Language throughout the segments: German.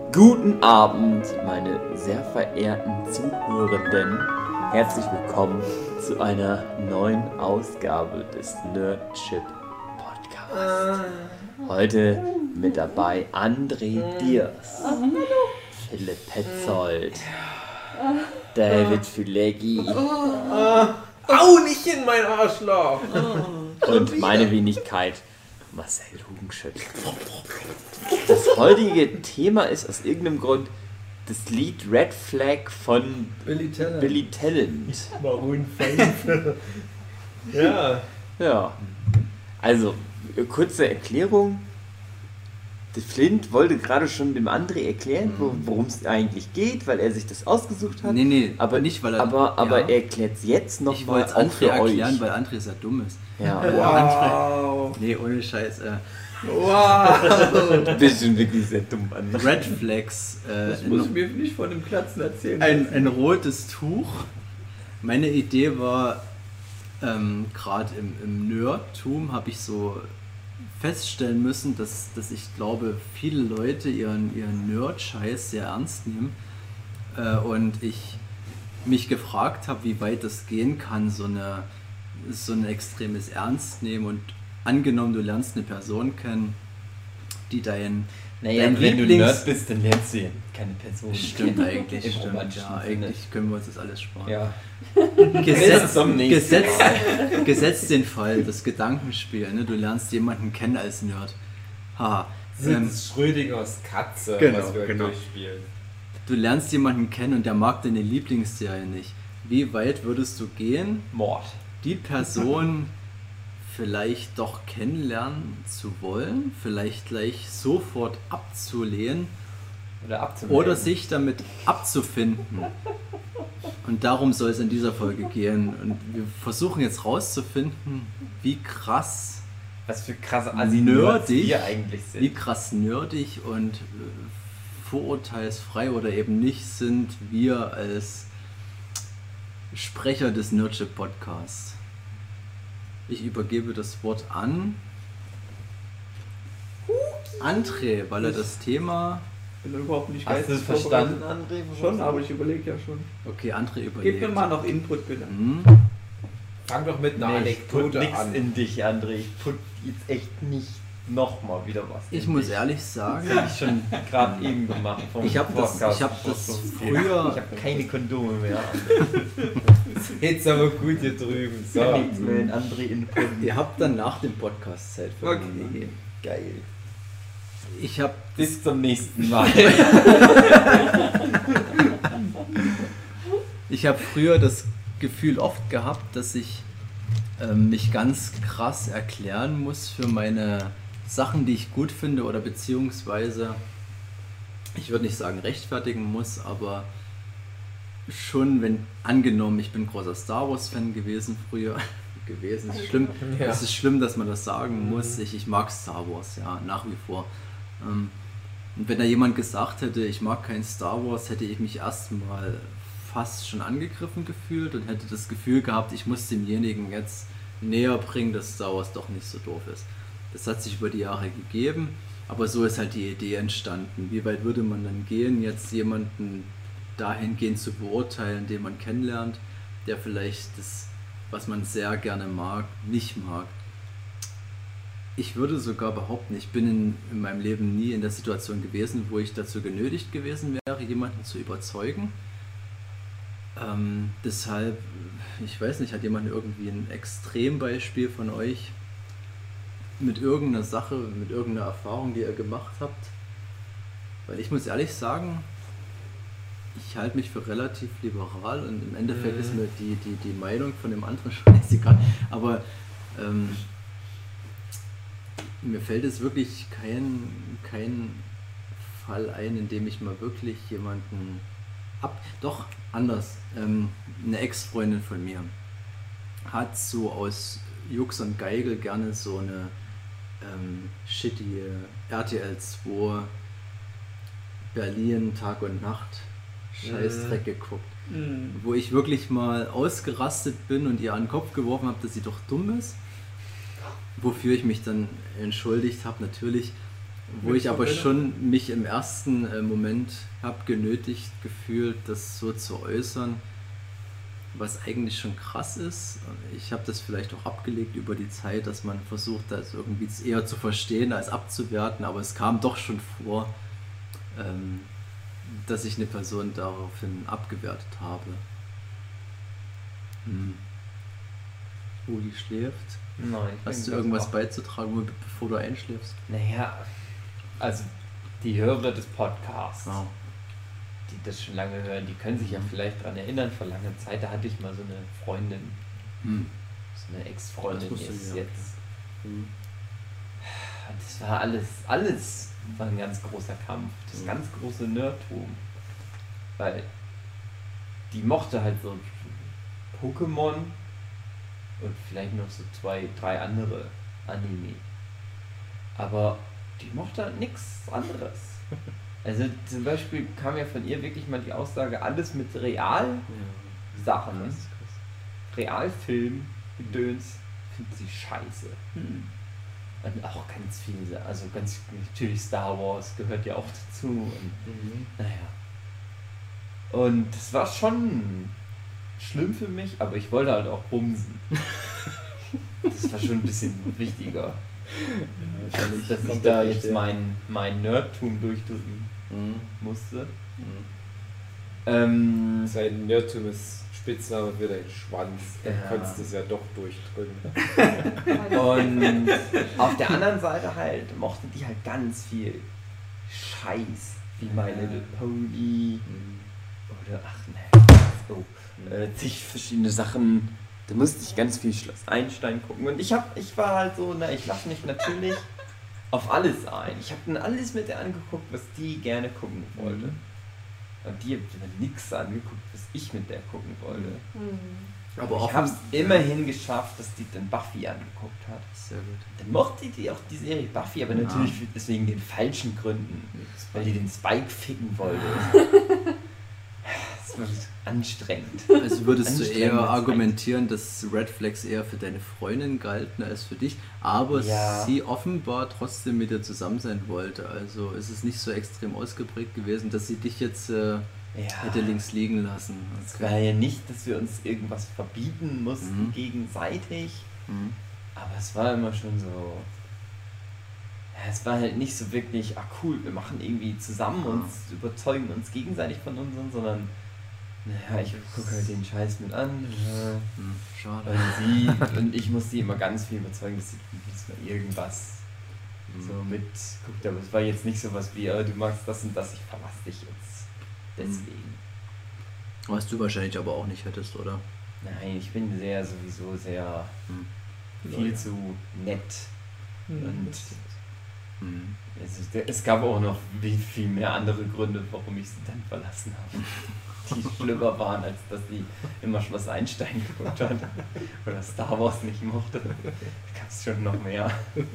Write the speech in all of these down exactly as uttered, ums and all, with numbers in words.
Guten Abend, meine sehr verehrten Zuhörenden. Herzlich willkommen zu einer neuen Ausgabe des Nerdship Podcasts. Heute mit dabei André Diers, Philipp Petzold, David Füleggi Au, nicht in mein Arschloch! und meine Wenigkeit Marcel Hugenschütt. Das heutige Thema ist aus irgendeinem Grund das Lied Red Flag von Billy Talent. Billy Talent. Maroon fünf. Ja. Ja. Also, kurze Erklärung. Der Flint wollte gerade schon dem André erklären, worum es eigentlich geht, weil er sich das ausgesucht hat. Nee, nee, aber nicht, weil er... Aber, aber ja. er erklärt es jetzt Ich nochmal wollte es auch André für erklären, euch. weil André sehr dumm ist. Ja. Wow. Nee, ohne Scheiß. Äh, Wow. Du bist schon wirklich sehr dumm, André. Red Flags. Äh, Das muss ich mir nicht von dem Platzen erzählen. ein, ein rotes Tuch. Meine Idee war, ähm, gerade im, im Nerdtum habe ich so feststellen müssen, dass, dass ich glaube, viele Leute ihren, ihren Nerd-Scheiß sehr ernst nehmen. Äh, und ich mich gefragt habe, wie weit das gehen kann, so, eine, so ein extremes Ernst nehmen. Und angenommen, du lernst eine Person kennen, die dein, Naja, dein wenn du Lieblings- Nerd bist, dann lernst du ja keine Person. Stimmt kennen. eigentlich, Im stimmt. romantischen Ja, Sinne. eigentlich können wir uns das alles sparen. Ja. Gesetzt, zum nächsten gesetzt, gesetzt den Fall, das Gedankenspiel, ne? Du lernst jemanden kennen als Nerd. Haha. Das ist Ähm, Schrödingers Katze, Genau, was wir genau. durchspielen. du lernst jemanden kennen und der mag deine Lieblingsserie nicht. Wie weit würdest du gehen, Mord. die Person vielleicht doch kennenlernen zu wollen, vielleicht gleich sofort abzulehnen Oder abzumelden. oder sich damit abzufinden? Und darum soll es in dieser Folge gehen. Und wir versuchen jetzt rauszufinden, wie krass, Was für krasse Nerdig. wir eigentlich sind. wie krass nerdig und äh, vorurteilsfrei oder eben nicht sind wir als Sprecher des Nerdship Podcasts. Ich übergebe das Wort an André, weil er das Thema... Ich bin überhaupt nicht Hast du es geistig verstanden, vorbereitet. André? worum Schon, es aber geht? ich überlege ja schon. Okay, André überlegt. Gib mir mal noch Input, bitte. Hm? Fang doch mit einer Nee, ich put Anekdote nix an. in dich, André. Ich put jetzt echt nicht nochmal wieder was Ich in muss dich. ehrlich sagen, Das habe ich schon gerade eben gemacht. vom ich habe das, Podcast. ich hab das Ich früher... habe keine Kondome mehr. Jetzt aber gut hier drüben. So. Ja. Nichts mehr in André Input. Ihr habt dann nach dem Podcast Zeit für Okay. mich. Geil. Ich habe Bis zum nächsten Mal. Ich habe früher das Gefühl oft gehabt, dass ich ähm, mich ganz krass erklären muss für meine Sachen, die ich gut finde oder beziehungsweise, ich würde nicht sagen rechtfertigen muss, aber schon, wenn angenommen, ich bin großer Star Wars Fan gewesen früher, gewesen, ist schlimm, Ja. es ist schlimm, dass man das sagen muss, ich, ich mag Star Wars, ja, nach wie vor. Ähm, und wenn da jemand gesagt hätte, ich mag kein Star Wars, hätte ich mich erstmal fast schon angegriffen gefühlt und hätte das Gefühl gehabt, ich muss demjenigen jetzt näher bringen, dass Star Wars doch nicht so doof ist. Das hat sich über die Jahre gegeben, aber so ist halt die Idee entstanden. Wie weit würde man dann gehen, jetzt jemanden dahingehend zu beurteilen, den man kennenlernt, der vielleicht das, was man sehr gerne mag, nicht mag. Ich würde sogar behaupten, ich bin in, in meinem Leben nie in der Situation gewesen, wo ich dazu genötigt gewesen wäre, jemanden zu überzeugen. Ähm, deshalb, ich weiß nicht, hat jemand irgendwie ein Extrembeispiel von euch mit irgendeiner Sache, mit irgendeiner Erfahrung, die ihr gemacht habt? Weil ich muss ehrlich sagen, ich halte mich für relativ liberal und im Endeffekt Mhm. ist mir die, die, die Meinung von dem anderen scheißegal. Aber ähm, mir fällt es wirklich kein, kein Fall ein, in dem ich mal wirklich jemanden ab... Doch, anders. Ähm, eine Ex-Freundin von mir hat so aus Jux und Geigel gerne so eine ähm, shitty R T L zwei Berlin Tag und Nacht Scheißdreck geguckt. Mhm. Wo ich wirklich mal ausgerastet bin und ihr an den Kopf geworfen habe, dass sie doch dumm ist. Wofür ich mich dann entschuldigt habe, natürlich. Wo ich aber schon mich im ersten äh, Moment habe genötigt gefühlt, das so zu äußern, was eigentlich schon krass ist. Ich habe das vielleicht auch abgelegt über die Zeit, dass man versucht, das irgendwie eher zu verstehen als abzuwerten, aber es kam doch schon vor, ähm, dass ich eine Person daraufhin abgewertet habe. Hm. Uli schläft. Nein, ich Hast bin du irgendwas wach. beizutragen, bevor du einschläfst? Naja, also die Hörer des Podcasts, Ja. die das schon lange hören, die können sich ja vielleicht daran erinnern, vor langer Zeit, da hatte ich mal so eine Freundin, Hm. so eine Ex-Freundin Das wusste ist ich, ja. jetzt. Hm. Und das war alles, alles war ein ganz großer Kampf, das Mhm. ganz große Nerdtum. Weil die mochte halt so Pokémon und vielleicht noch so zwei, drei andere Anime. Aber die mochte halt nichts anderes. Also zum Beispiel kam ja von ihr wirklich mal die Aussage, alles mit Real-Sachen, Ja. Krass, krass. Realfilm, Gedöns, findet sie scheiße. Hm. Und auch ganz viele, also ganz natürlich Star Wars gehört ja auch dazu. Und Mhm. naja. Und das war schon schlimm für mich, aber ich wollte halt auch bumsen. Das war schon ein bisschen wichtiger, als dass ich da jetzt mein, mein Nerdtum durchdrücken Hm. musste. Hm. Ähm, Sein Nerdtum ist Spitzname für deinen Schwanz. Du Ja. konntest es ja doch durchdrücken. und auf der anderen Seite halt mochte die halt ganz viel Scheiß, wie My Little Pony oder ach ne, oh, äh, zig verschiedene Sachen. Da musste ich ganz viel Schloss Einstein gucken und ich hab, ich war halt so, na, ich lasse mich natürlich auf alles ein. Ich habe dann alles mit der angeguckt, was die gerne gucken wollte. Mhm. Und die hat mir nichts angeguckt, was ich mit der gucken wollte. Mhm. Aber ich offen- habe es immerhin geschafft, dass die dann Buffy angeguckt hat. Sehr gut. Dann mochte die auch die Serie Buffy, aber Ja. natürlich deswegen den falschen Gründen, weil die den Spike ficken wollte. Das war anstrengend. Also würdest du Anstrengende eher Zeit. argumentieren, dass Red Flags eher für deine Freundin galten als für dich, aber Ja. sie offenbar trotzdem mit dir zusammen sein wollte. Also ist es nicht so extrem ausgeprägt gewesen, dass sie dich jetzt äh, Ja. hätte links liegen lassen. Es war ja nicht, dass wir uns irgendwas verbieten mussten Mhm. gegenseitig, Mhm. aber es war immer schon so. Ja, es war halt nicht so wirklich, ah cool, wir machen irgendwie zusammen Ja. uns, überzeugen uns gegenseitig von unseren, sondern naja, ich gucke halt den Scheiß mit an. Ja. Hm, schade. Und sie und ich muss sie immer ganz viel überzeugen, dass sie dass wir irgendwas Mhm. so mit guckt, aber es war jetzt nicht so was wie, oh, du magst das und das, ich verlasse dich jetzt deswegen. Was du wahrscheinlich aber auch nicht hättest, oder? Nein, ich bin sehr sowieso sehr Hm. viel zu nett und Hm. es, ist, es gab auch noch viel, viel mehr andere Gründe, warum ich sie dann verlassen habe, die schlimmer waren, als dass sie immer Schloss Einstein geguckt hat oder Star Wars nicht mochte. Da gab es schon noch mehr.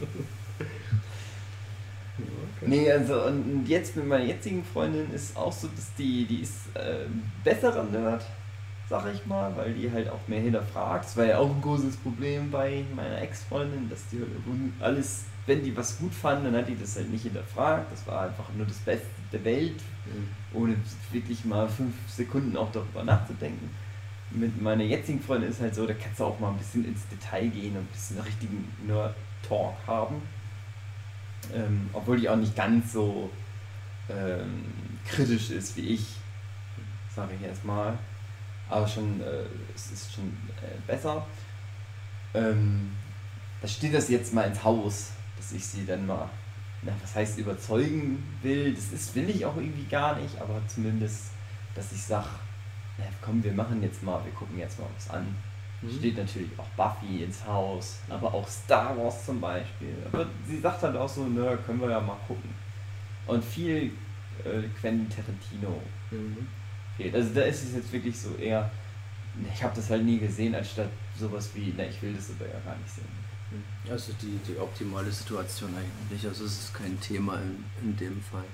Nee, also und jetzt mit meiner jetzigen Freundin ist auch so, dass die, die ist äh, besserer Nerd, sag ich mal, weil die halt auch mehr hinterfragt. Das war ja auch ein großes Problem bei meiner Ex-Freundin, dass die halt alles, wenn die was gut fand, dann hat die das halt nicht hinterfragt. Das war einfach nur das Beste der Welt, ohne wirklich mal fünf Sekunden auch darüber nachzudenken. Mit meiner jetzigen Freundin ist halt so, da kannst du auch mal ein bisschen ins Detail gehen und ein bisschen richtigen Nerd-Talk haben. Ähm, obwohl die auch nicht ganz so ähm, kritisch ist wie ich, sage ich erstmal. Aber schon, äh, es ist schon äh, besser. Ähm, da steht das jetzt mal ins Haus, dass ich sie dann mal, na, was heißt überzeugen will. Das ist, will ich auch irgendwie gar nicht, aber zumindest, dass ich sage, na komm, wir machen jetzt mal, wir gucken jetzt mal was an. Mhm. Steht natürlich auch Buffy ins Haus, aber auch Star Wars zum Beispiel. Aber sie sagt halt auch so, ne, können wir ja mal gucken. Und viel äh, Quentin Tarantino Mhm. fehlt. Also da ist es jetzt wirklich so eher, ich habe das halt nie gesehen, anstatt sowas wie, na, ich will das aber ja gar nicht sehen. Also die, die optimale Situation eigentlich. Also es ist kein Thema in, in dem Fall.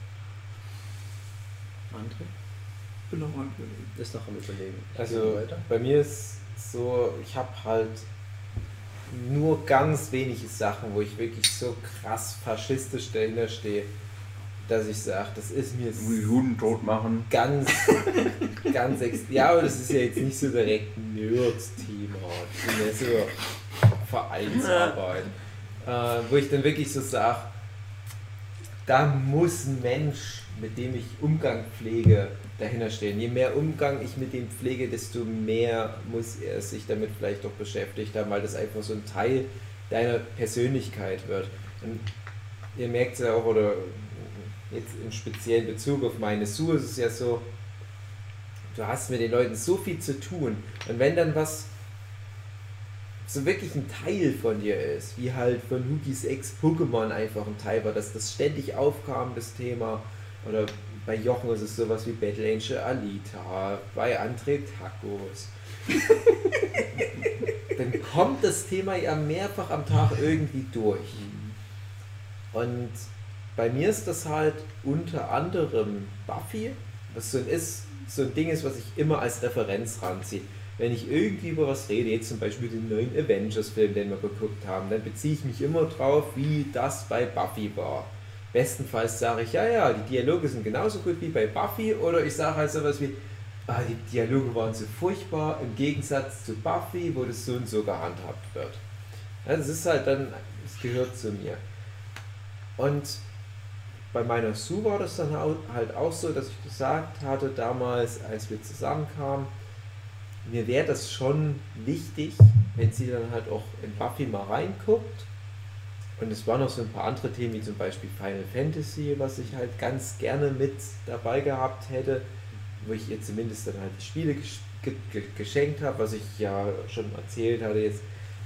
André? Bin noch mal überlegen. Ist noch am Überlegen. Also bei mir ist so, ich habe halt nur ganz wenige Sachen, wo ich wirklich so krass faschistisch dahinter stehe, dass ich sage, das ist mir Wie Juden tot machen. ganz, ganz ex. Ja, aber das ist ja jetzt nicht so direkt ein Nerds-Thema. Das ist mehr so Vereinsarbeit. Äh, wo ich dann wirklich so sage, da muss ein Mensch, mit dem ich Umgang pflege, dahinter stehen. Je mehr Umgang ich mit dem pflege, desto mehr muss er sich damit vielleicht auch beschäftigt haben, weil das einfach so ein Teil deiner Persönlichkeit wird. Und ihr merkt es ja auch, oder jetzt im speziellen Bezug auf meine Sue ist es ja so, du hast mit den Leuten so viel zu tun und wenn dann was so wirklich ein Teil von dir ist, wie halt von Hugis Ex-Pokémon einfach ein Teil war, dass das ständig aufkam, das Thema, oder bei Jochen ist es sowas wie Battle Angel Alita, bei André Tacos. Dann kommt das Thema ja mehrfach am Tag irgendwie durch. Und bei mir ist das halt unter anderem Buffy, was so ein, ist, so ein Ding ist, was ich immer als Referenz ranziehe. Wenn ich irgendwie über was rede, jetzt zum Beispiel den neuen Avengers-Film, den wir geguckt haben, dann beziehe ich mich immer drauf, wie das bei Buffy war. Bestenfalls sage ich, ja, ja, die Dialoge sind genauso gut wie bei Buffy, oder ich sage halt sowas wie, ah, die Dialoge waren so furchtbar, im Gegensatz zu Buffy, wo das so und so gehandhabt wird. Ja, das ist halt dann, es gehört zu mir. Und bei meiner Sue war das dann halt auch so, dass ich gesagt hatte damals, als wir zusammenkamen, mir wäre das schon wichtig, wenn sie dann halt auch in Buffy mal reinguckt. Und es waren noch so ein paar andere Themen, wie zum Beispiel Final Fantasy, was ich halt ganz gerne mit dabei gehabt hätte, wo ich ihr zumindest dann halt die Spiele ges ge ge geschenkt habe, was ich ja schon erzählt hatte jetzt.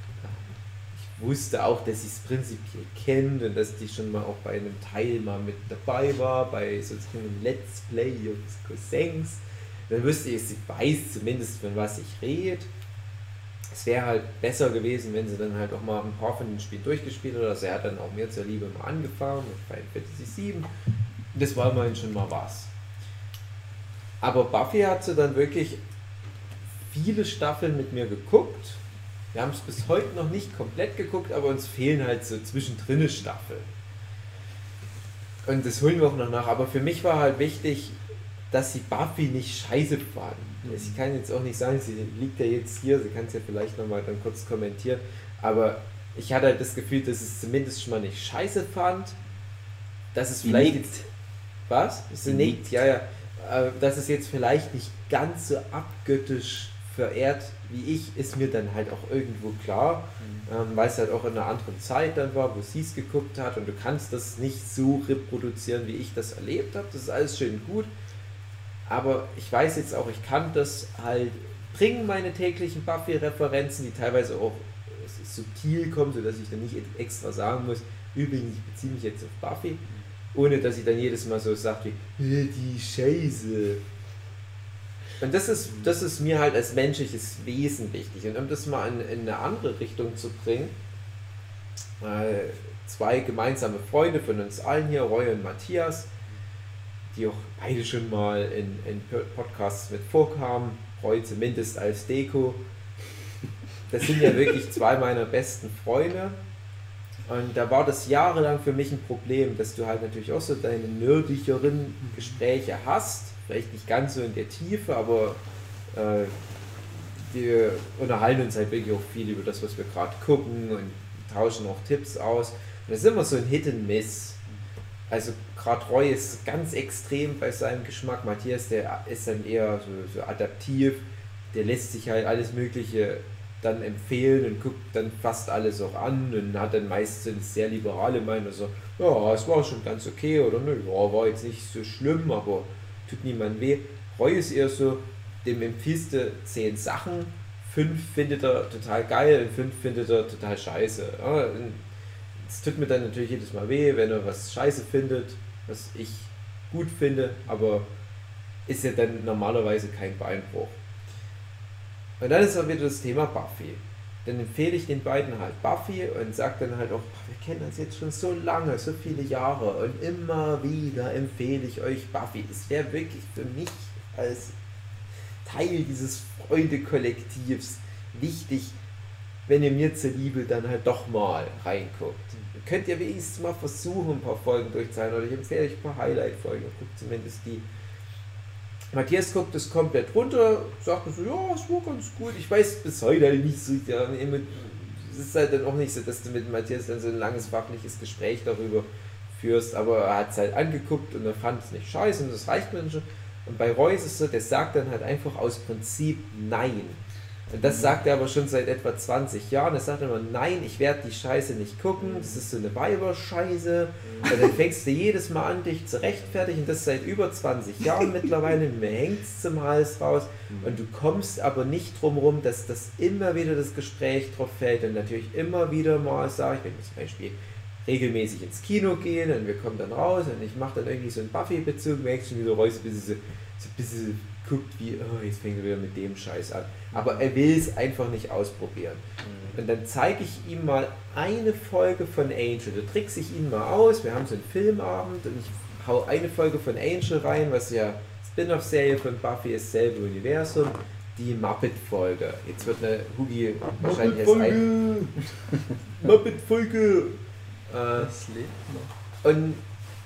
Ich wusste auch, dass sie es prinzipiell kennt und dass die schon mal auch bei einem Teil mal mit dabei war, bei sozusagen einem Let's Play ihres Cousins. Dann wüsste ich, sie weiß zumindest, von was ich rede. Es wäre halt besser gewesen, wenn sie dann halt auch mal ein paar von den Spielen durchgespielt hat. Also er hat dann auch mir zur Liebe mal angefangen mit Final Fantasy sieben. Das war immerhin schon mal was. Aber Buffy hat sie dann wirklich viele Staffeln mit mir geguckt. Wir haben es bis heute noch nicht komplett geguckt, aber uns fehlen halt so zwischendrin Staffeln. Und das holen wir auch noch nach. Aber für mich war halt wichtig, dass sie Buffy nicht scheiße fand. Ich kann jetzt auch nicht sagen, sie liegt ja jetzt hier, sie kann es ja vielleicht nochmal dann kurz kommentieren, aber ich hatte halt das Gefühl, dass es zumindest schon mal nicht scheiße fand, dass es Sie vielleicht nickt. jetzt, was? Sie nickt, ja, ja, dass es jetzt vielleicht nicht ganz so abgöttisch verehrt wie ich, ist mir dann halt auch irgendwo klar, mhm. ähm, weil es halt auch in einer anderen Zeit dann war, wo sie es geguckt hat und du kannst das nicht so reproduzieren, wie ich das erlebt habe, das ist alles schön gut. Aber ich weiß jetzt auch, ich kann das halt bringen, meine täglichen Buffy-Referenzen, die teilweise auch subtil kommen, sodass ich dann nicht extra sagen muss, übrigens, ich beziehe mich jetzt auf Buffy, ohne dass ich dann jedes Mal so sage wie, die Scheiße. Und das ist, das ist mir halt als menschliches Wesen wichtig. Und um das mal in, in eine andere Richtung zu bringen, äh, zwei gemeinsame Freunde von uns allen hier, Roy und Matthias, die auch beide schon mal in, in Podcasts mit vorkamen, Roy zumindest als Deko. Das sind ja wirklich zwei meiner besten Freunde. Und da war das jahrelang für mich ein Problem, dass du halt natürlich auch so deine nerdigeren Gespräche hast, vielleicht nicht ganz so in der Tiefe, aber äh, wir unterhalten uns halt wirklich auch viel über das, was wir gerade gucken und tauschen auch Tipps aus. Und das ist immer so ein Hit and Miss. Also gerade Roy ist ganz extrem bei seinem Geschmack, Matthias, der ist dann eher so, so adaptiv, der lässt sich halt alles Mögliche dann empfehlen und guckt dann fast alles auch an und hat dann meistens sehr liberale Meinung, so, ja, es war schon ganz okay oder ne, ja, war jetzt nicht so schlimm, aber tut niemand weh. Roy ist eher so, dem empfiehlst du zehn Sachen, fünf findet er total geil und fünf findet er total scheiße. Ja, es tut mir dann natürlich jedes Mal weh, wenn er was scheiße findet, was ich gut finde, aber ist ja dann normalerweise kein Beinbruch. Und dann ist auch wieder das Thema Buffy. Dann empfehle ich den beiden halt Buffy und sage dann halt auch, wir kennen uns jetzt schon so lange, so viele Jahre und immer wieder empfehle ich euch Buffy. Es wäre wirklich für mich als Teil dieses Freundekollektivs wichtig, wenn ihr mir zuliebe dann halt doch mal reinguckt. Könnt ihr wenigstens mal versuchen, ein paar Folgen durchzuhalten, oder ich empfehle euch ein paar Highlight-Folgen, guckt zumindest die. Matthias guckt es komplett runter, sagt so, ja, es war ganz gut. Ich weiß bis heute halt nicht so, ja, es ist halt dann auch nicht so, dass du mit Matthias dann so ein langes fachliches Gespräch darüber führst, aber er hat es halt angeguckt und er fand es nicht scheiße und das reicht mir schon. Und bei Roy ist es so, der sagt dann halt einfach aus Prinzip Nein. Und das sagt er aber schon seit etwa zwanzig Jahren. Er sagt immer, nein, ich werde die Scheiße nicht gucken, das ist so eine Weiberscheiße. Und dann fängst du jedes Mal an, dich zu rechtfertigen. Und das seit über zwanzig Jahren mittlerweile. Mir hängt es zum Hals raus. Und du kommst aber nicht drum rum, dass das immer wieder das Gespräch drauf fällt. Und natürlich immer wieder mal sage ich, wenn wir zum Beispiel regelmäßig ins Kino gehen und wir kommen dann raus und ich mache dann irgendwie so einen Buffy-Bezug, merkst du, wie so Reus ein bisschen, so, so ein bisschen guckt, wie, oh, jetzt fängt er wieder mit dem Scheiß an. Aber er will es einfach nicht ausprobieren. Mhm. Und dann zeige ich ihm mal eine Folge von Angel. Da trickse ich ihn mal aus. Wir haben so einen Filmabend und ich hau eine Folge von Angel rein, was ja Spin-off-Serie von Buffy ist, selbe Universum. Die Muppet-Folge. Jetzt wird eine Hugi wahrscheinlich erst ein... Muppet-Folge! Das lebt noch. Und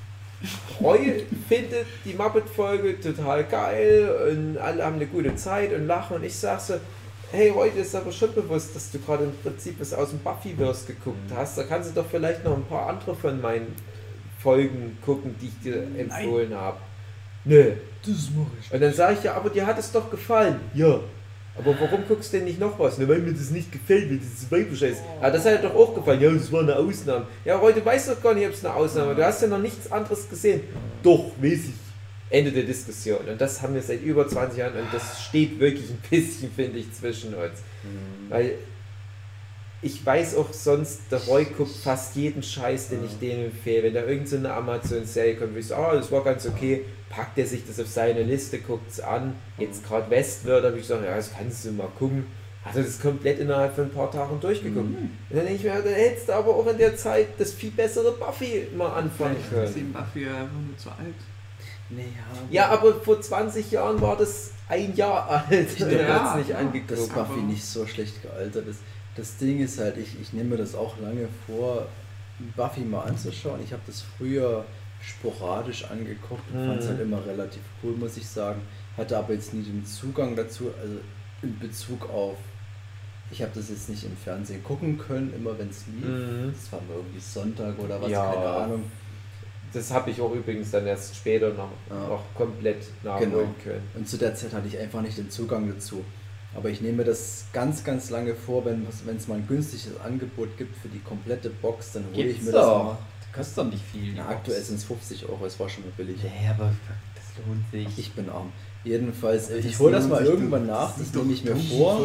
Roy findet die Muppet-Folge total geil und alle haben eine gute Zeit und lachen und ich sag so, hey Roy, dir ist aber schon bewusst, dass du gerade im Prinzip was aus dem Buffyverse geguckt hast, da kannst du doch vielleicht noch ein paar andere von meinen Folgen gucken, die ich dir empfohlen habe. Nö. Das mache ich. Und dann sage ich, ja, aber dir hat es doch gefallen. Ja. Aber warum guckst du denn nicht noch was? Ne, weil mir das nicht gefällt, weil das ist Weiberscheiß. Ah, das hat dir doch auch gefallen. Ja, das war eine Ausnahme. Ja, heute weißt du doch gar nicht, ob es eine Ausnahme war. Du hast ja noch nichts anderes gesehen. Doch, weiß ich. Ende der Diskussion. Und das haben wir seit über zwanzig Jahren und das steht wirklich ein bisschen, finde ich, zwischen uns. Mhm. Weil ich weiß auch sonst, der Roy guckt fast jeden Scheiß, den ich denen empfehle. Wenn da irgend so eine Amazon-Serie kommt, wie ich so, ah, das war ganz okay, packt er sich das auf seine Liste, guckt es an. Jetzt gerade Westworld, habe ich gesagt, ja, das kannst du mal gucken. Hat er das komplett innerhalb von ein paar Tagen durchgeguckt. Mhm. Und dann denke ich mir, dann hättest du aber auch in der Zeit das viel bessere Buffy mal anfangen können. Ist eben Buffy ja einfach nur zu alt. Nee, ja, ja, aber vor zwanzig Jahren war das ein Jahr alt. Ich ja, ja, nicht ja, angeguckt. dass Buffy nicht so schlecht gealtert ist. Das Ding ist halt, ich, ich nehme mir das auch lange vor, Buffy mal anzuschauen. Ich habe das früher sporadisch angeguckt und mhm. fand es halt immer relativ cool, muss ich sagen. Hatte aber jetzt nie den Zugang dazu, also in Bezug auf, ich habe das jetzt nicht im Fernsehen gucken können, immer wenn es lief. Mhm. Das war mal irgendwie Sonntag oder was, ja, keine Ahnung. Das habe ich auch übrigens dann erst später noch, ja. noch komplett nachholen genau. können. Und zu der Zeit hatte ich einfach nicht den Zugang dazu. Aber ich nehme das ganz, ganz lange vor, wenn es mal ein günstiges Angebot gibt für die komplette Box, dann hole ich mir das mal. Das kostet doch nicht viel. Na, aktuell sind es fünfzig Euro, es war schon mal billig. Ja, aber das lohnt sich. Ich bin arm. Jedenfalls, ich hole das mal irgendwann nach, das, das nehme ich mir vor.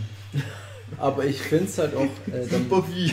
Aber ich finde es halt auch... Äh, dann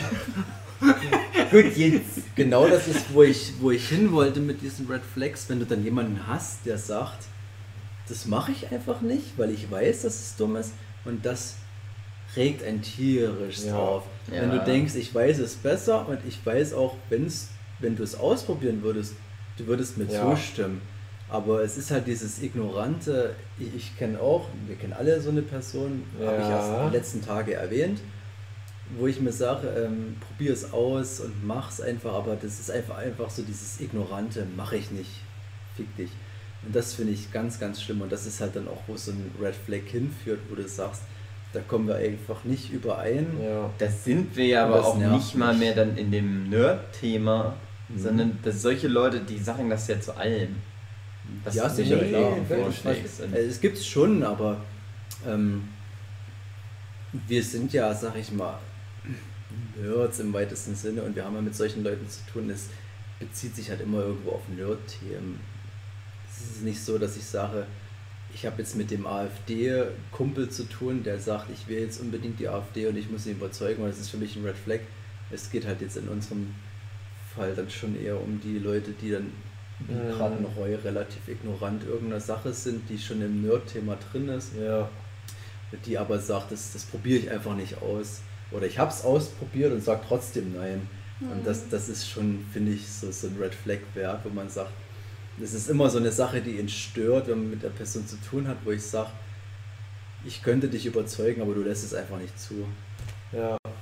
Gut, jetzt. Genau das ist, wo ich, wo ich hin wollte mit diesen Red Flags, wenn du dann jemanden hast, der sagt, das mache ich einfach nicht, weil ich weiß, dass es dumm ist und das regt ein tierisch ja. drauf. Ja. Wenn du denkst, ich weiß es besser und ich weiß auch, wenn's, wenn du es ausprobieren würdest, du würdest mir ja. zustimmen. Aber es ist halt dieses ignorante, ich, ich kenne auch, wir kennen alle so eine Person, ja. habe ich erst die letzten Tage erwähnt, wo ich mir sage, ähm, probier es aus und mach's einfach, aber das ist einfach, einfach so dieses ignorante, mache ich nicht, fick dich. Und das finde ich ganz, ganz schlimm und das ist halt dann auch, wo so ein Red Flag hinführt, wo du sagst, da kommen wir einfach nicht überein. Ja. Das sind wir ja aber auch nicht mal mehr dann in dem Nerd-Thema, mhm. sondern dass solche Leute, die sagen das ja zu allem. Das ja, sicher, nee, klar. Es gibt es schon, aber ähm, wir sind ja, sag ich mal, Nerds im weitesten Sinne und wir haben ja mit solchen Leuten zu tun, es bezieht sich halt immer irgendwo auf Nerd-Themen. Es ist nicht so, dass ich sage, ich habe jetzt mit dem AfD-Kumpel zu tun, der sagt, ich will jetzt unbedingt die AfD und ich muss ihn überzeugen, weil das ist für mich ein Red Flag. Es geht halt jetzt in unserem Fall dann schon eher um die Leute, die dann wie mhm. gerade ein Roy relativ ignorant irgendeiner Sache sind, die schon im Nerd-Thema drin ist, ja. die aber sagt, das, das probiere ich einfach nicht aus. Oder ich habe es ausprobiert und sage trotzdem nein. Mhm. Und das, das ist schon, finde ich, so, so ein Red Flag wert, wo man sagt, das ist immer so eine Sache, die ihn stört, wenn man mit der Person zu tun hat, wo ich sage, ich könnte dich überzeugen, aber du lässt es einfach nicht zu. Ja,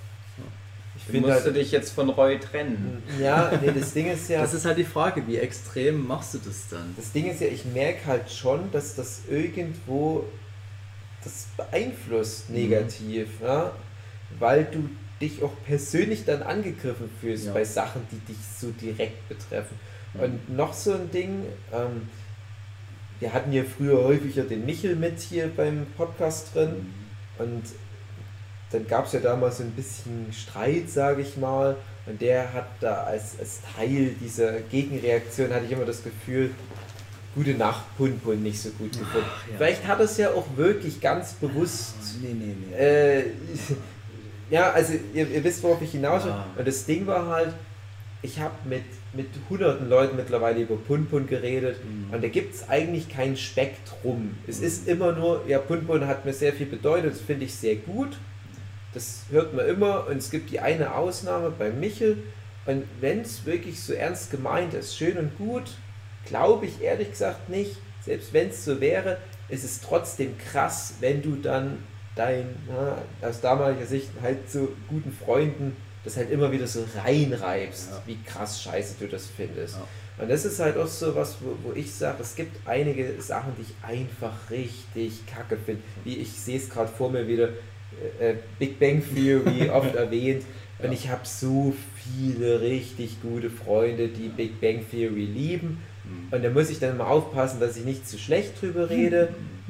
Ich Musst finde du halt, dich jetzt von Roy trennen? ja, nee, das Ding ist ja, Das ist halt die Frage, wie extrem machst du das dann? das Ding ist ja, ich merke halt schon, dass das irgendwo das beeinflusst negativ, ja? Weil du dich auch persönlich dann angegriffen fühlst Ja. bei Sachen, die dich so direkt betreffen. Mhm. Und noch so ein Ding, ähm, wir hatten ja früher häufiger den Michel mit hier beim Podcast drin und dann gab es ja damals so ein bisschen Streit, sage ich mal, und der hat da als, als Teil dieser Gegenreaktion, hatte ich immer das Gefühl, Gute Nacht Punpun nicht so gut gefunden. Ach, ja. Vielleicht hat er es ja auch wirklich ganz bewusst. Nee, nee, nee. Äh, ja, also ihr, ihr wisst, worauf ich hinaus will. Ja. Und das Ding war halt, ich habe mit, mit hunderten Leuten mittlerweile über Punpun geredet Mhm. und da gibt es eigentlich kein Spektrum. Es Mhm. ist immer nur, ja, Punpun hat mir sehr viel bedeutet, das finde ich sehr gut. Das hört man immer und es gibt die eine Ausnahme bei Michel. Und wenn es wirklich so ernst gemeint ist, schön und gut, glaube ich ehrlich gesagt nicht. Selbst wenn es so wäre, ist es trotzdem krass, wenn du dann dein, na, aus damaliger Sicht halt so guten Freunden das halt immer wieder so reinreibst, Ja. wie krass scheiße du das findest. Ja. Und das ist halt auch so was, wo, wo ich sage, es gibt einige Sachen, die ich einfach richtig kacke finde. Wie ich sehe es gerade vor mir wieder, äh, Big Bang Theory oft erwähnt. Und Ja. ich habe so viele richtig gute Freunde, die Big Bang Theory lieben. Mhm. Und da muss ich dann mal aufpassen, dass ich nicht zu schlecht drüber rede,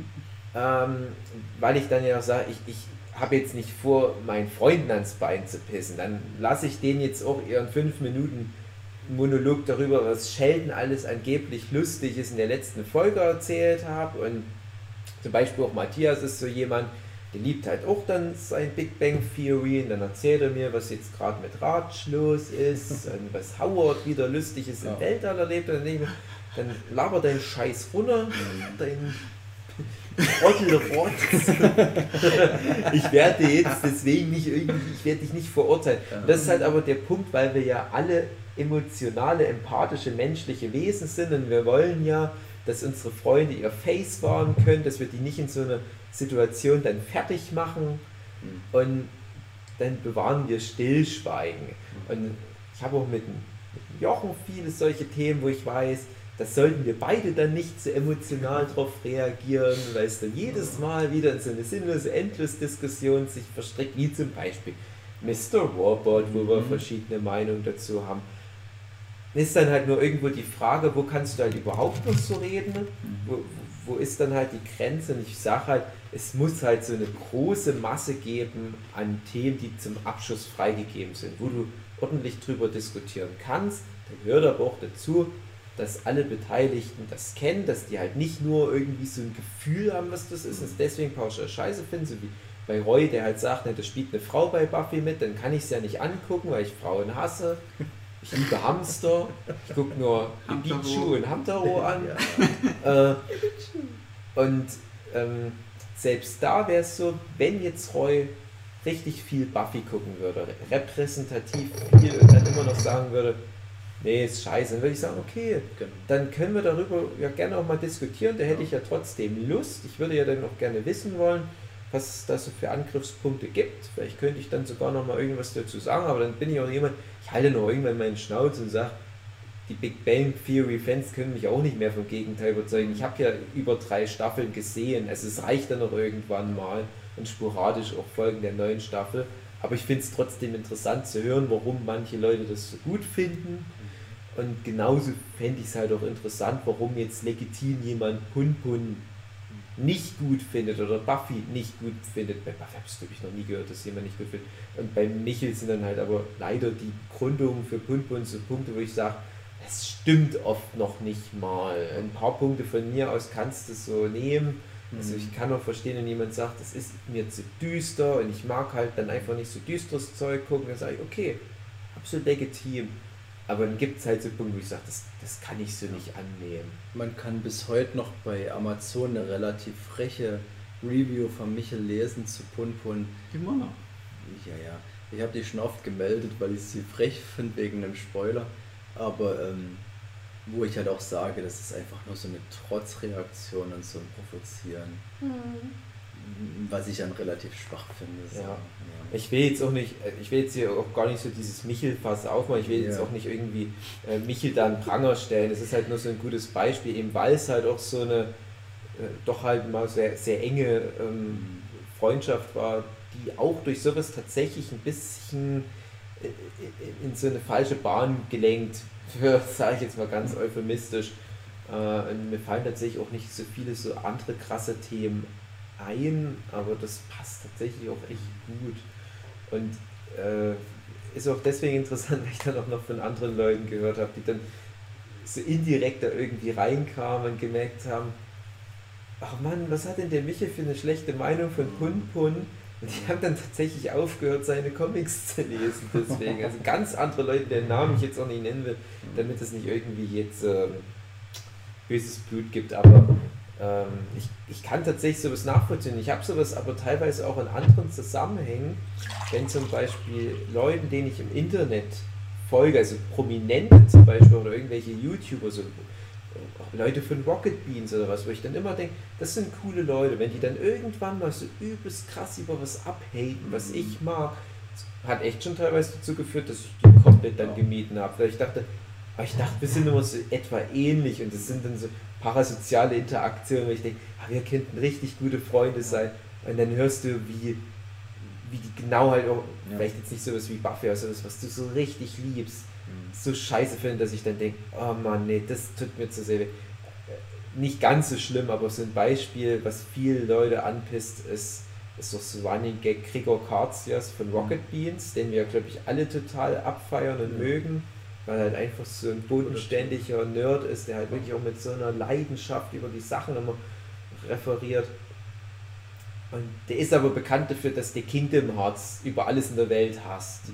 ähm, weil ich dann ja auch sage, ich, ich habe jetzt nicht vor, meinen Freunden ans Bein zu pissen. Dann lasse ich denen jetzt auch ihren fünf Minuten Monolog darüber, was Sheldon alles angeblich Lustiges in der letzten Folge erzählt habe. Und zum Beispiel auch Matthias ist so jemand, der liebt halt auch dann sein Big Bang Theory und dann erzählt er mir, was jetzt gerade mit Raj los ist und was Howard wieder Lustiges im Ja. Weltall erlebt. Und dann, denke ich mir, dann laber deinen Scheiß runter, dein Trottelrotz. Ich werde jetzt deswegen nicht irgendwie, ich werde dich nicht verurteilen. Ja. Das ist halt aber der Punkt, weil wir ja alle emotionale, empathische, menschliche Wesen sind und wir wollen ja, dass unsere Freunde ihr Face wahren können, dass wir die nicht in so einer Situation dann fertig machen und dann bewahren wir Stillschweigen. Und ich habe auch mit, dem- mit dem Jochen viele solche Themen, wo ich weiß, das sollten wir beide dann nicht so emotional drauf reagieren, weil es dann jedes Mal wieder in so eine sinnlose Endlosdiskussion sich verstrickt, wie zum Beispiel Mister Robot, wo wir verschiedene Meinungen dazu haben. Ist dann halt nur irgendwo die Frage, wo kannst du halt überhaupt noch so reden? Wo, wo ist dann halt die Grenze? Und ich sage halt, es muss halt so eine große Masse geben an Themen, die zum Abschluss freigegeben sind, wo du ordentlich drüber diskutieren kannst. Dann gehört aber auch dazu, dass alle Beteiligten das kennen, dass die halt nicht nur irgendwie so ein Gefühl haben, was das ist, und es deswegen pauschal scheiße finden, so wie bei Roy, der halt sagt, ne, da spielt eine Frau bei Buffy mit, dann kann ich es ja nicht angucken, weil ich Frauen hasse. Ich liebe Hamster, ich gucke nur Hamtaro. Ibichu und Hamtaro an. Äh, und ähm, selbst da wäre es so, wenn jetzt Roy richtig viel Buffy gucken würde, repräsentativ viel und dann immer noch sagen würde, nee, ist scheiße, dann würde ich sagen, okay, Genau. dann können wir darüber ja gerne auch mal diskutieren, da hätte ich ja trotzdem Lust, ich würde ja dann auch gerne wissen wollen, was es da so für Angriffspunkte gibt, vielleicht könnte ich dann sogar noch mal irgendwas dazu sagen, aber dann bin ich auch jemand, ich halte noch irgendwann meinen Schnauz und sage, die Big Bang Theory Fans können mich auch nicht mehr vom Gegenteil überzeugen. Ich habe ja über drei Staffeln gesehen, also es reicht dann noch irgendwann mal und sporadisch auch Folgen der neuen Staffel, aber ich finde es trotzdem interessant zu hören, warum manche Leute das so gut finden. Und genauso fände ich es halt auch interessant, warum jetzt legitim jemand Punpun nicht gut findet oder Buffy nicht gut findet. Bei Buffy habe ich es, glaube ich, noch nie gehört, dass jemand nicht gut findet. Und bei Michel sind dann halt aber leider die Gründungen für Punpun so Punkte, wo ich sage, es stimmt oft noch nicht mal. Ein paar Punkte von mir aus kannst du so nehmen. Also ich kann auch verstehen, wenn jemand sagt, das ist mir zu düster und ich mag halt dann einfach nicht so düsteres Zeug gucken, dann sage ich, okay, absolut legitim. Aber dann gibt es halt so Punkte, wo ich sage, das, das kann ich so nicht annehmen. Man kann bis heute noch bei Amazon eine relativ freche Review von Michel lesen zu Punpun. Immer noch. Ja, ja. Ich habe die schon oft gemeldet, weil ich sie frech finde wegen einem Spoiler. Aber ähm, wo ich halt auch sage, das ist einfach nur so eine Trotzreaktion und so ein Provozieren. Was ich dann relativ schwach finde. So. Ja. Ja. Ich will jetzt auch nicht, ich will jetzt hier auch gar nicht so dieses Michel-Fass aufmachen, ich will jetzt Ja. auch nicht irgendwie äh, Michel da einen Pranger stellen, das ist halt nur so ein gutes Beispiel, eben weil es halt auch so eine, äh, doch halt mal sehr, sehr enge ähm, Freundschaft war, die auch durch sowas tatsächlich ein bisschen äh, in so eine falsche Bahn gelenkt wird, sage ich jetzt mal ganz euphemistisch. Äh, und mir fallen tatsächlich auch nicht so viele so andere krasse Themen ein, aber das passt tatsächlich auch echt gut. Und äh, ist auch deswegen interessant, weil ich dann auch noch von anderen Leuten gehört habe, die dann so indirekt da irgendwie reinkamen und gemerkt haben, ach Mann, was hat denn der Michel für eine schlechte Meinung von Pun Pun? Und die haben dann tatsächlich aufgehört, seine Comics zu lesen deswegen. Also ganz andere Leute, deren Namen ich jetzt auch nicht nennen will, damit es nicht irgendwie jetzt ähm, böses Blut gibt, aber ähm, ich, ich kann tatsächlich sowas nachvollziehen. Ich habe sowas aber teilweise auch in anderen Zusammenhängen, wenn zum Beispiel Leuten, denen ich im Internet folge, also Prominente zum Beispiel oder irgendwelche YouTuber, so Leute von Rocket Beans oder was, wo ich dann immer denke, das sind coole Leute, wenn die dann irgendwann mal so übelst krass über was abhaten, was ich mag, hat echt schon teilweise dazu geführt, dass ich die komplett dann gemieden habe, weil ich dachte, aber ich dachte, wir sind immer so etwa ähnlich und das sind dann so parasoziale Interaktionen, wo ich denke, ah, wir könnten richtig gute Freunde sein. Und dann hörst du, wie, wie die genau halt auch, ja. vielleicht jetzt nicht sowas wie Buffy, aber sowas, was du so richtig liebst, mhm. so scheiße finden, dass ich dann denke, oh Mann, nee, das tut mir zu sehr weh. Nicht ganz so schlimm, aber so ein Beispiel, was viele Leute anpisst, ist, ist doch so Running Gag Gregor Karzias von Rocket Beans, den wir, glaube ich, alle total abfeiern und mhm. mögen. Weil er halt einfach so ein bodenständiger Nerd ist, der halt wirklich auch mit so einer Leidenschaft über die Sachen immer referiert. Und der ist aber bekannt dafür, dass der Kingdom Hearts über alles in der Welt hasst.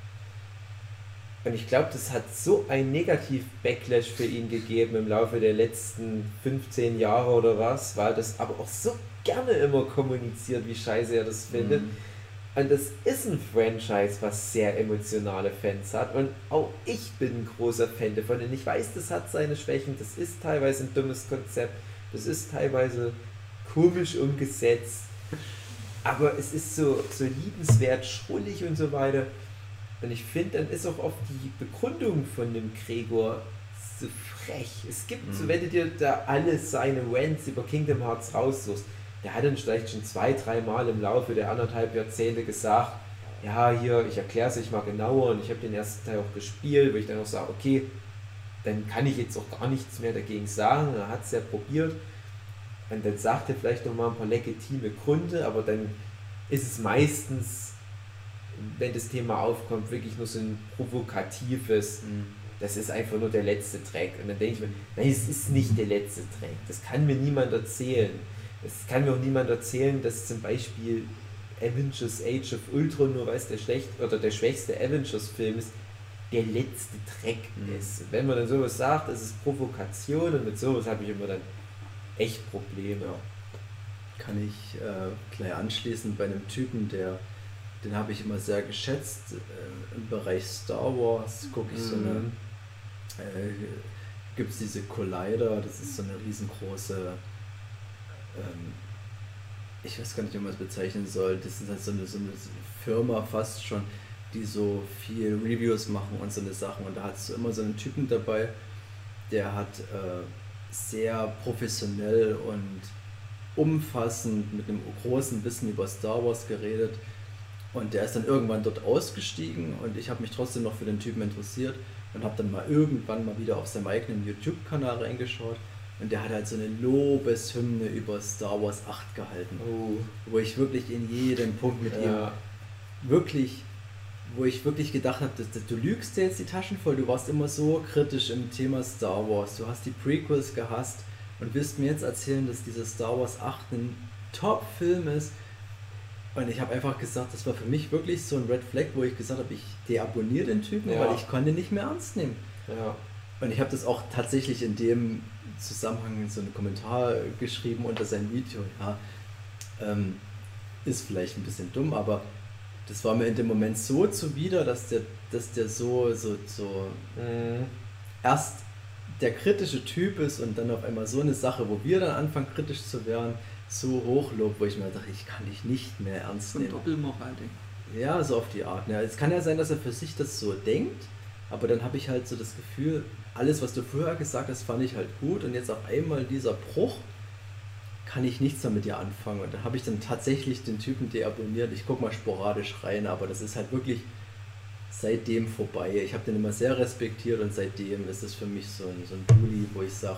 Und ich glaube, das hat so ein Negativ-Backlash für ihn gegeben im Laufe der letzten fünfzehn Jahre oder was, weil das aber auch so gerne immer kommuniziert, wie scheiße er das findet. Mhm. Und das ist ein Franchise, was sehr emotionale Fans hat. Und auch ich bin ein großer Fan davon. Und ich weiß, das hat seine Schwächen. Das ist teilweise ein dummes Konzept. Das ist teilweise komisch umgesetzt. Aber es ist so, so liebenswert, schrullig und so weiter. Und ich finde, dann ist auch oft die Begründung von dem Gregor so frech. Es gibt, mhm. so wenn du dir da alle seine Rants über Kingdom Hearts raussuchst, der hat dann vielleicht schon zwei, drei Mal im Laufe der anderthalb Jahrzehnte gesagt, ja, hier, ich erkläre es euch mal genauer und ich habe den ersten Teil auch gespielt, wo ich dann auch sage, okay, dann kann ich jetzt auch gar nichts mehr dagegen sagen, er hat es ja probiert und dann sagt er vielleicht noch mal ein paar legitime Gründe, aber dann ist es meistens, wenn das Thema aufkommt, wirklich nur so ein provokatives, mhm. das ist einfach nur der letzte Track. Und dann denke ich mir, nein, es ist nicht der letzte Track, das kann mir niemand erzählen. Es kann mir auch niemand erzählen, dass zum Beispiel Avengers Age of Ultron, nur weil es der schlecht oder der schwächste Avengers-Film ist, der letzte Track mhm. ist. Und wenn man dann sowas sagt, ist es Provokation und mit sowas habe ich immer dann echt Probleme. Ja. Kann ich äh, gleich anschließen bei einem Typen, der, den habe ich immer sehr geschätzt. Äh, Im Bereich Star Wars gucke ich mhm. so eine, äh, gibt es diese Collider, das ist so eine riesengroße, ich weiß gar nicht, wie man es bezeichnen soll, das ist halt so eine, so eine Firma fast schon, die so viel Reviews machen und so eine Sachen und da hat es immer so einen Typen dabei, der hat äh, sehr professionell und umfassend mit einem großen Wissen über Star Wars geredet und der ist dann irgendwann dort ausgestiegen und ich habe mich trotzdem noch für den Typen interessiert und habe dann mal irgendwann mal wieder auf seinem eigenen YouTube-Kanal reingeschaut. Und der hat halt so eine Lobeshymne über Star Wars acht gehalten, oh. wo ich wirklich in jedem Punkt mit ja. ihm wirklich, wo ich wirklich gedacht habe, dass, dass du lügst dir jetzt die Taschen voll, du warst immer so kritisch im Thema Star Wars, du hast die Prequels gehasst und willst mir jetzt erzählen, dass dieser Star Wars acht ein Top-Film ist. Und ich habe einfach gesagt, das war für mich wirklich so ein Red Flag, wo ich gesagt habe, ich deabonniere den Typen, ja. weil ich konnte ihn nicht mehr ernst nehmen. Ja. Und ich habe das auch tatsächlich in dem Zusammenhang in so einen Kommentar geschrieben unter seinem Video. Ja, ähm, ist vielleicht ein bisschen dumm, aber das war mir in dem Moment so zuwider, dass der, dass der so, so, so mhm. erst der kritische Typ ist und dann auf einmal so eine Sache, wo wir dann anfangen kritisch zu werden, so hochlobt, wo ich mir dachte, ich kann dich nicht mehr ernst So ein nehmen. Doppelmoral-Ding. Ja, so auf die Art. Ja, es kann ja sein, dass er für sich das so denkt, aber dann habe ich halt so das Gefühl, alles, was du vorher gesagt hast, fand ich halt gut und jetzt auf einmal dieser Bruch, kann ich nichts mehr mit dir anfangen. Und dann habe ich dann tatsächlich den Typen deabonniert. Ich gucke mal sporadisch rein, aber das ist halt wirklich seitdem vorbei. Ich habe den immer sehr respektiert und seitdem ist es für mich so ein, so ein Bully, wo ich sage,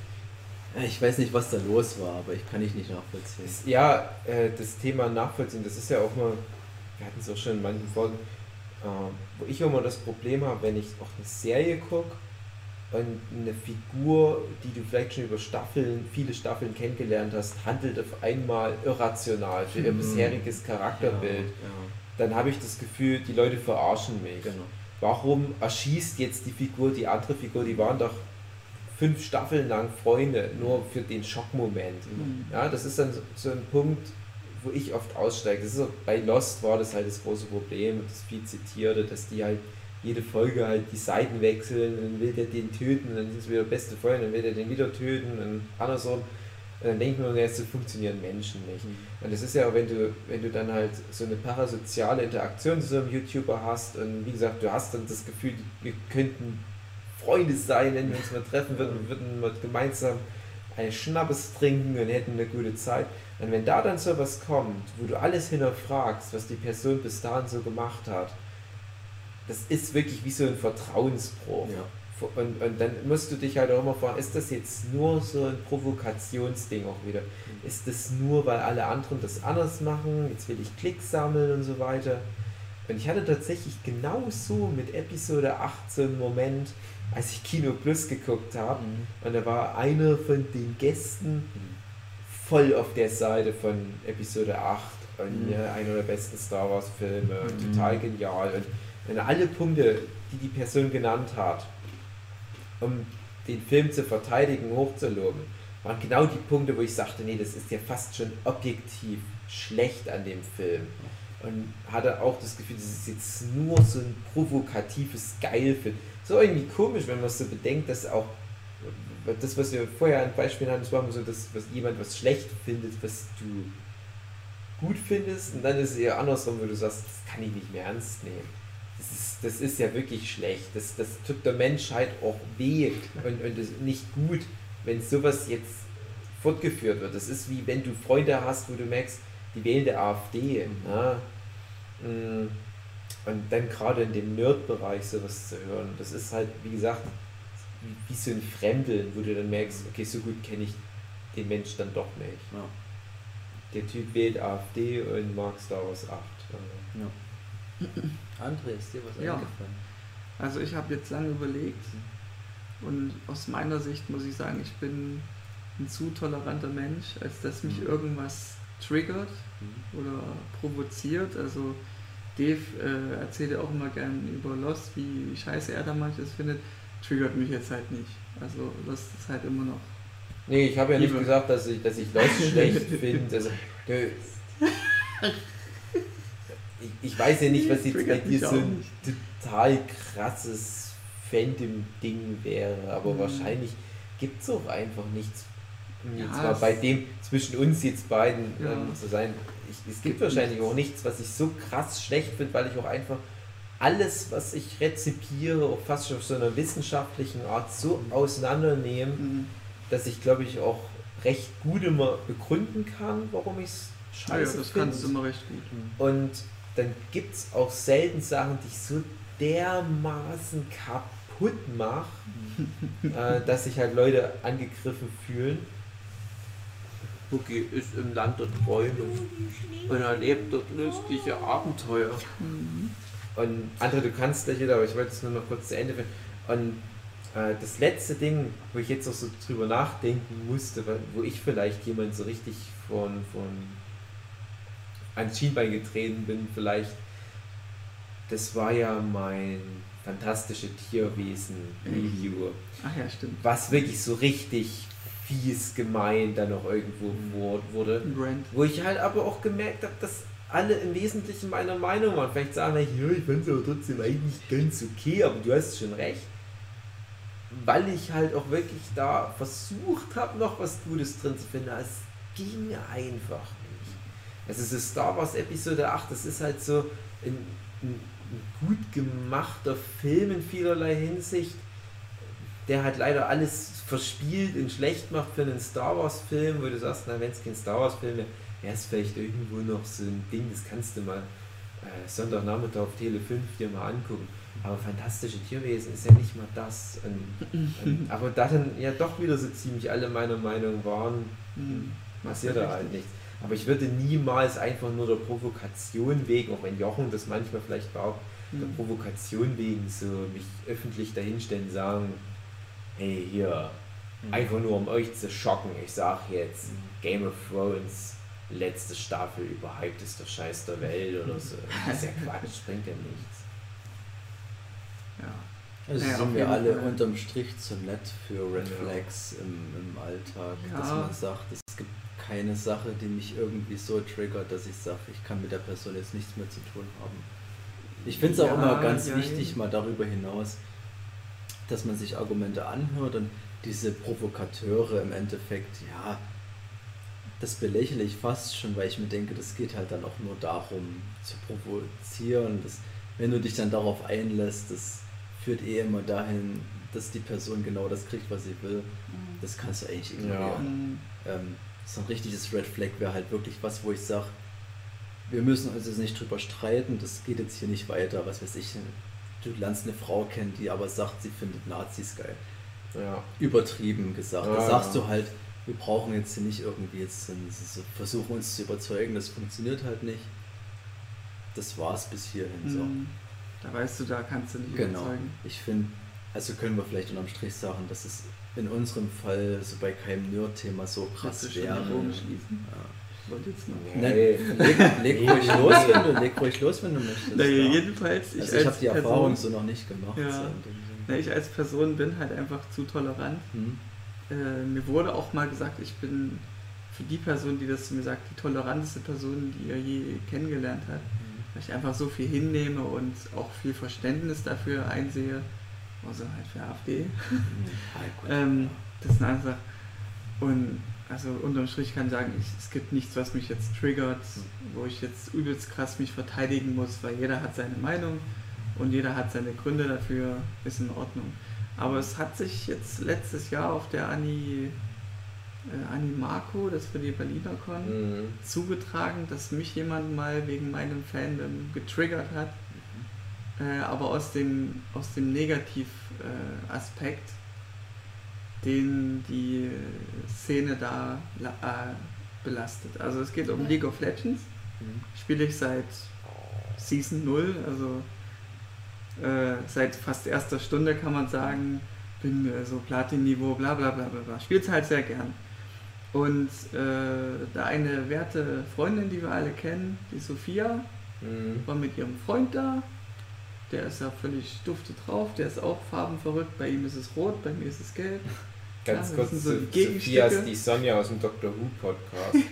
ich weiß nicht, was da los war, aber ich kann ich nicht nachvollziehen. Ist- Ja, äh, das Thema Nachvollziehen, das ist ja auch mal, wir hatten es auch schon in manchen Folgen, äh, wo ich immer das Problem habe, wenn ich auch eine Serie gucke und eine Figur, die du vielleicht schon über Staffeln, viele Staffeln kennengelernt hast, handelt auf einmal irrational für ihr Mhm. bisheriges Charakterbild, Ja, dann habe ich das Gefühl, die Leute verarschen mich. genau. Warum erschießt jetzt die Figur die andere Figur? Die waren doch fünf Staffeln lang Freunde, nur für den Schockmoment. Mhm. Ja, das ist dann so, so ein Punkt, wo ich oft aussteige. Das ist auch, bei Lost war das halt das große Problem, das viel zitierte, dass die halt jede Folge halt die Seiten wechseln, dann will der den töten, dann ist es wieder beste Freund, dann will der den wieder töten und andersrum. Und dann denkt man, ja, so funktionieren Menschen nicht. Und das ist ja auch, wenn du, wenn du dann halt so eine parasoziale Interaktion zu so einem YouTuber hast und wie gesagt, du hast dann das Gefühl, wir könnten Freunde sein, wenn wir uns mal treffen würden, wir würden mal gemeinsam eine Schnappes trinken und hätten eine gute Zeit. Und wenn da dann sowas kommt, wo du alles hinterfragst, was die Person bis dahin so gemacht hat, das ist wirklich wie so ein Vertrauensbruch. Ja. Und, und dann musst du dich halt auch immer fragen, ist das jetzt nur so ein Provokationsding auch wieder? Ist das nur, weil alle anderen das anders machen? Jetzt will ich Klicks sammeln und so weiter. Und ich hatte tatsächlich genauso mit Episode acht so einen Moment, als ich Kino Plus geguckt habe. Mhm. Und da war einer von den Gästen voll auf der Seite von Episode acht. Und Mhm. ja, einer der besten Star Wars Filme. Mhm. Total genial. Und, und alle Punkte, die die Person genannt hat, um den Film zu verteidigen, hochzuloben, waren genau die Punkte, wo ich sagte, nee, das ist ja fast schon objektiv schlecht an dem Film. Und hatte auch das Gefühl, das ist jetzt nur so ein provokatives Geilfilm. So irgendwie komisch, wenn man es so bedenkt, dass auch das, was wir vorher an Beispielen hatten, das war immer so, dass was jemand was schlecht findet, was du gut findest, und dann ist es eher andersrum, wo du sagst, das kann ich nicht mehr ernst nehmen. Das ist, das ist ja wirklich schlecht. Das, das tut der Menschheit auch weh und, und das ist nicht gut, wenn sowas jetzt fortgeführt wird. Das ist wie wenn du Freunde hast, wo du merkst, die wählen der AfD. Mhm. Ja. Und dann gerade in dem Nerd-Bereich sowas zu hören, das ist halt, wie gesagt, wie, wie so ein Fremdeln, wo du dann merkst, okay, so gut kenne ich den Mensch dann doch nicht. Ja. Der Typ wählt AfD und mag Star Wars acht. Ja. André, ist dir was Ja. eingefallen? Also ich habe jetzt lange überlegt und aus meiner Sicht muss ich sagen, ich bin ein zu toleranter Mensch, als dass mich Mhm. irgendwas triggert Mhm. oder provoziert. Also Dave äh, erzählt ja auch immer gern über Lost, wie scheiße er da manches findet. Triggert mich jetzt halt nicht. Also Lost ist halt immer noch. Nee, ich habe ja nicht Liebe. gesagt, dass ich, dass ich Lost schlecht finde. Also, du, ich, ich weiß ja nicht, was jetzt bei Triggert dir mich so auch ein nicht. total krasses Fandom-Ding wäre, aber Mhm. wahrscheinlich gibt es auch einfach nichts. Um Ja, jetzt mal es- bei dem zwischen uns jetzt beiden Ja. ähm, zu sein. Ich, es gibt Gibt wahrscheinlich nichts. auch nichts, was ich so krass schlecht finde, weil ich auch einfach alles, was ich rezipiere, auch fast schon auf so einer wissenschaftlichen Art so auseinandernehme, Mhm. dass ich glaube ich auch recht gut immer begründen kann, warum ich es Ah ja, scheiße das finde. kannst du immer recht gut. Und dann gibt es auch selten Sachen, die ich so dermaßen kaputt mache, äh, dass sich halt Leute angegriffen fühlen. Boogie ist im Land der Träume und erlebt dort lustige Abenteuer. Mhm. Und André, du kannst gleich wieder, aber ich wollte es nur noch kurz zu Ende führen. Und äh, das letzte Ding, wo ich jetzt auch so drüber nachdenken musste, weil- wo ich vielleicht jemand so richtig von, von ans Schienbein getreten bin, vielleicht, das war ja mein fantastische Tierwesen-Review, Ach ja, stimmt. was wirklich so richtig fies gemein dann noch irgendwo wo- wurde. Ein Brand. Wo ich halt aber auch gemerkt habe, dass alle im Wesentlichen meiner Meinung waren. Vielleicht sagen wir, ja, ich fand es aber trotzdem eigentlich ganz okay, aber du hast schon recht. Weil ich halt auch wirklich da versucht habe, noch was Gutes drin zu finden. Es ging einfach nicht. Also so Star Wars Episode acht, das ist halt so ein, ein, ein gut gemachter Film in vielerlei Hinsicht, der halt leider alles verspielt und schlecht macht für einen Star Wars Film, wo du sagst, na wenn es kein Star Wars Film wäre, wäre es vielleicht irgendwo noch so ein Ding, das kannst du mal äh, Sonntagnachmittag auf Tele fünf dir mal angucken. Aber Fantastische Tierwesen ist ja nicht mal das. Und, und, aber da dann ja doch wieder so ziemlich alle meiner Meinung waren, passiert da halt nichts. Aber ich würde niemals einfach nur der Provokation wegen, auch wenn Jochen das manchmal vielleicht behauptet, der Provokation wegen so mich öffentlich dahinstellen und sagen, hey hier, mhm. einfach nur um euch zu schocken, ich sag jetzt mhm. Game of Thrones, letzte Staffel, überhyptester Scheiß der Welt oder so. Das ist ja Quatsch, bringt ja nichts. Ja. Also ja, sind wir alle Fall. Unterm Strich zu nett für Red ja. Flags im, im Alltag, ja. dass man sagt, es gibt keine Sache, die mich irgendwie so triggert, dass ich sage, ich kann mit der Person jetzt nichts mehr zu tun haben. Ich finde es auch ja, immer ganz ja, wichtig, ja. mal darüber hinaus, dass man sich Argumente anhört und diese Provokateure im Endeffekt, ja, das belächle ich fast schon, weil ich mir denke, das geht halt dann auch nur darum zu provozieren. Das, wenn du dich dann darauf einlässt, das führt eh immer dahin, dass die Person genau das kriegt, was sie will. Das kannst du eigentlich ignorieren. Ja. Ähm, so ein richtiges Red Flag wäre halt wirklich was, wo ich sage, wir müssen uns jetzt nicht drüber streiten, das geht jetzt hier nicht weiter, was weiß ich. Du lernst eine Frau kennen, die aber sagt, sie findet Nazis geil. Ja. Übertrieben gesagt. Ja, da sagst ja. du halt, wir brauchen jetzt hier nicht irgendwie jetzt so versuchen uns zu überzeugen, das funktioniert halt nicht. Das war's bis hierhin so. Da weißt du, da kannst du nicht genau. überzeugen. Ich finde, also können wir vielleicht unterm Strich sagen, dass es in unserem Fall so bei keinem Nerd-Thema so krass wäre. Ja. Ich wollte jetzt noch. Nee, leg, leg ruhig los, wenn du, leg ruhig los, wenn du möchtest. Na, ja. Jedenfalls, ich, also ich habe die Person, Erfahrung so noch nicht gemacht. Ja. So Na, ich als Person bin halt einfach zu tolerant. Hm. Äh, mir wurde auch mal gesagt, ich bin für die Person, die das zu mir sagt, die toleranteste Person, die er je kennengelernt hat. Hm. Weil ich einfach so viel hinnehme und auch viel Verständnis dafür einsehe. Also halt für AfD. Hm. ähm, das ist eine andere Sache. Und also unterm Strich kann ich sagen, ich, es gibt nichts, was mich jetzt triggert, wo ich jetzt übelst krass mich verteidigen muss, weil jeder hat seine Meinung und jeder hat seine Gründe dafür, ist in Ordnung. Aber es hat sich jetzt letztes Jahr auf der Ani, äh, Animarco, das für die Berliner Con, mhm. zugetragen, dass mich jemand mal wegen meinem Fandom getriggert hat, mhm. äh, aber aus dem, aus dem Negativ-Aspekt, äh, den die Szene da äh, belastet. Also es geht um League of Legends, mhm. spiele ich seit Season null, also äh, seit fast erster Stunde kann man sagen, bin äh, so Platin-Niveau, bla bla bla bla bla. Spiel's halt sehr gern. Und äh, da eine werte Freundin, die wir alle kennen, die Sophia, mhm. war mit ihrem Freund da. Der ist ja völlig dufte drauf, der ist auch farbenverrückt, bei ihm ist es rot, bei mir ist es gelb. Ganz ja, kurz, so Sophia ist die Sonja aus dem Doctor Who Podcast.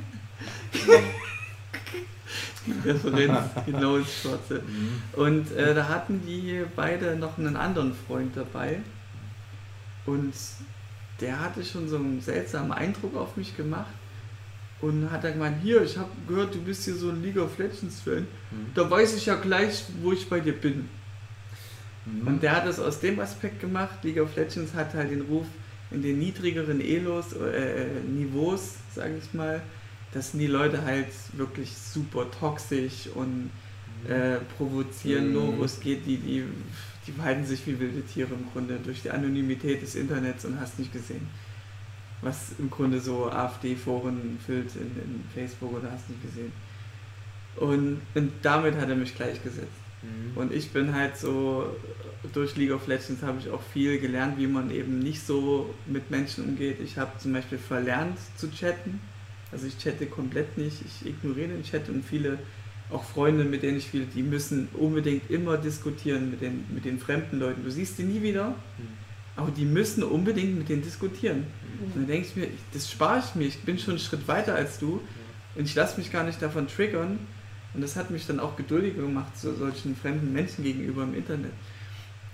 Referenz, genau ins Schwarze. Mhm. Und äh, da hatten die beide noch einen anderen Freund dabei. Und der hatte schon so einen seltsamen Eindruck auf mich gemacht. Und hat er gemeint, hier, ich habe gehört, du bist hier so ein League of Legends Fan. Mhm. Da weiß ich ja gleich, wo ich bei dir bin. Mhm. Und der hat es aus dem Aspekt gemacht. League of Legends hat halt den Ruf, in den niedrigeren Elos, äh, Niveaus, sage ich mal, das sind die Leute halt wirklich super toxisch und äh, provozieren mhm. nur, wo es geht, die, die, die verhalten sich wie wilde Tiere im Grunde durch die Anonymität des Internets und hast nicht gesehen. Was im Grunde so AfD-Foren füllt in, in Facebook oder hast nicht gesehen. Und, und damit hat er mich gleichgesetzt. Mhm. Und ich bin halt so, durch League of Legends habe ich auch viel gelernt, wie man eben nicht so mit Menschen umgeht. Ich habe zum Beispiel verlernt zu chatten. Also ich chatte komplett nicht, ich ignoriere den Chat und viele, auch Freunde, mit denen ich spiele, die müssen unbedingt immer diskutieren mit den, mit den fremden Leuten. Du siehst die nie wieder, mhm. aber die müssen unbedingt mit denen diskutieren. Mhm. Und dann denke ich mir, das spare ich mir, ich bin schon einen Schritt weiter als du und ich lasse mich gar nicht davon triggern. Und das hat mich dann auch geduldiger gemacht, so solchen fremden Menschen gegenüber im Internet.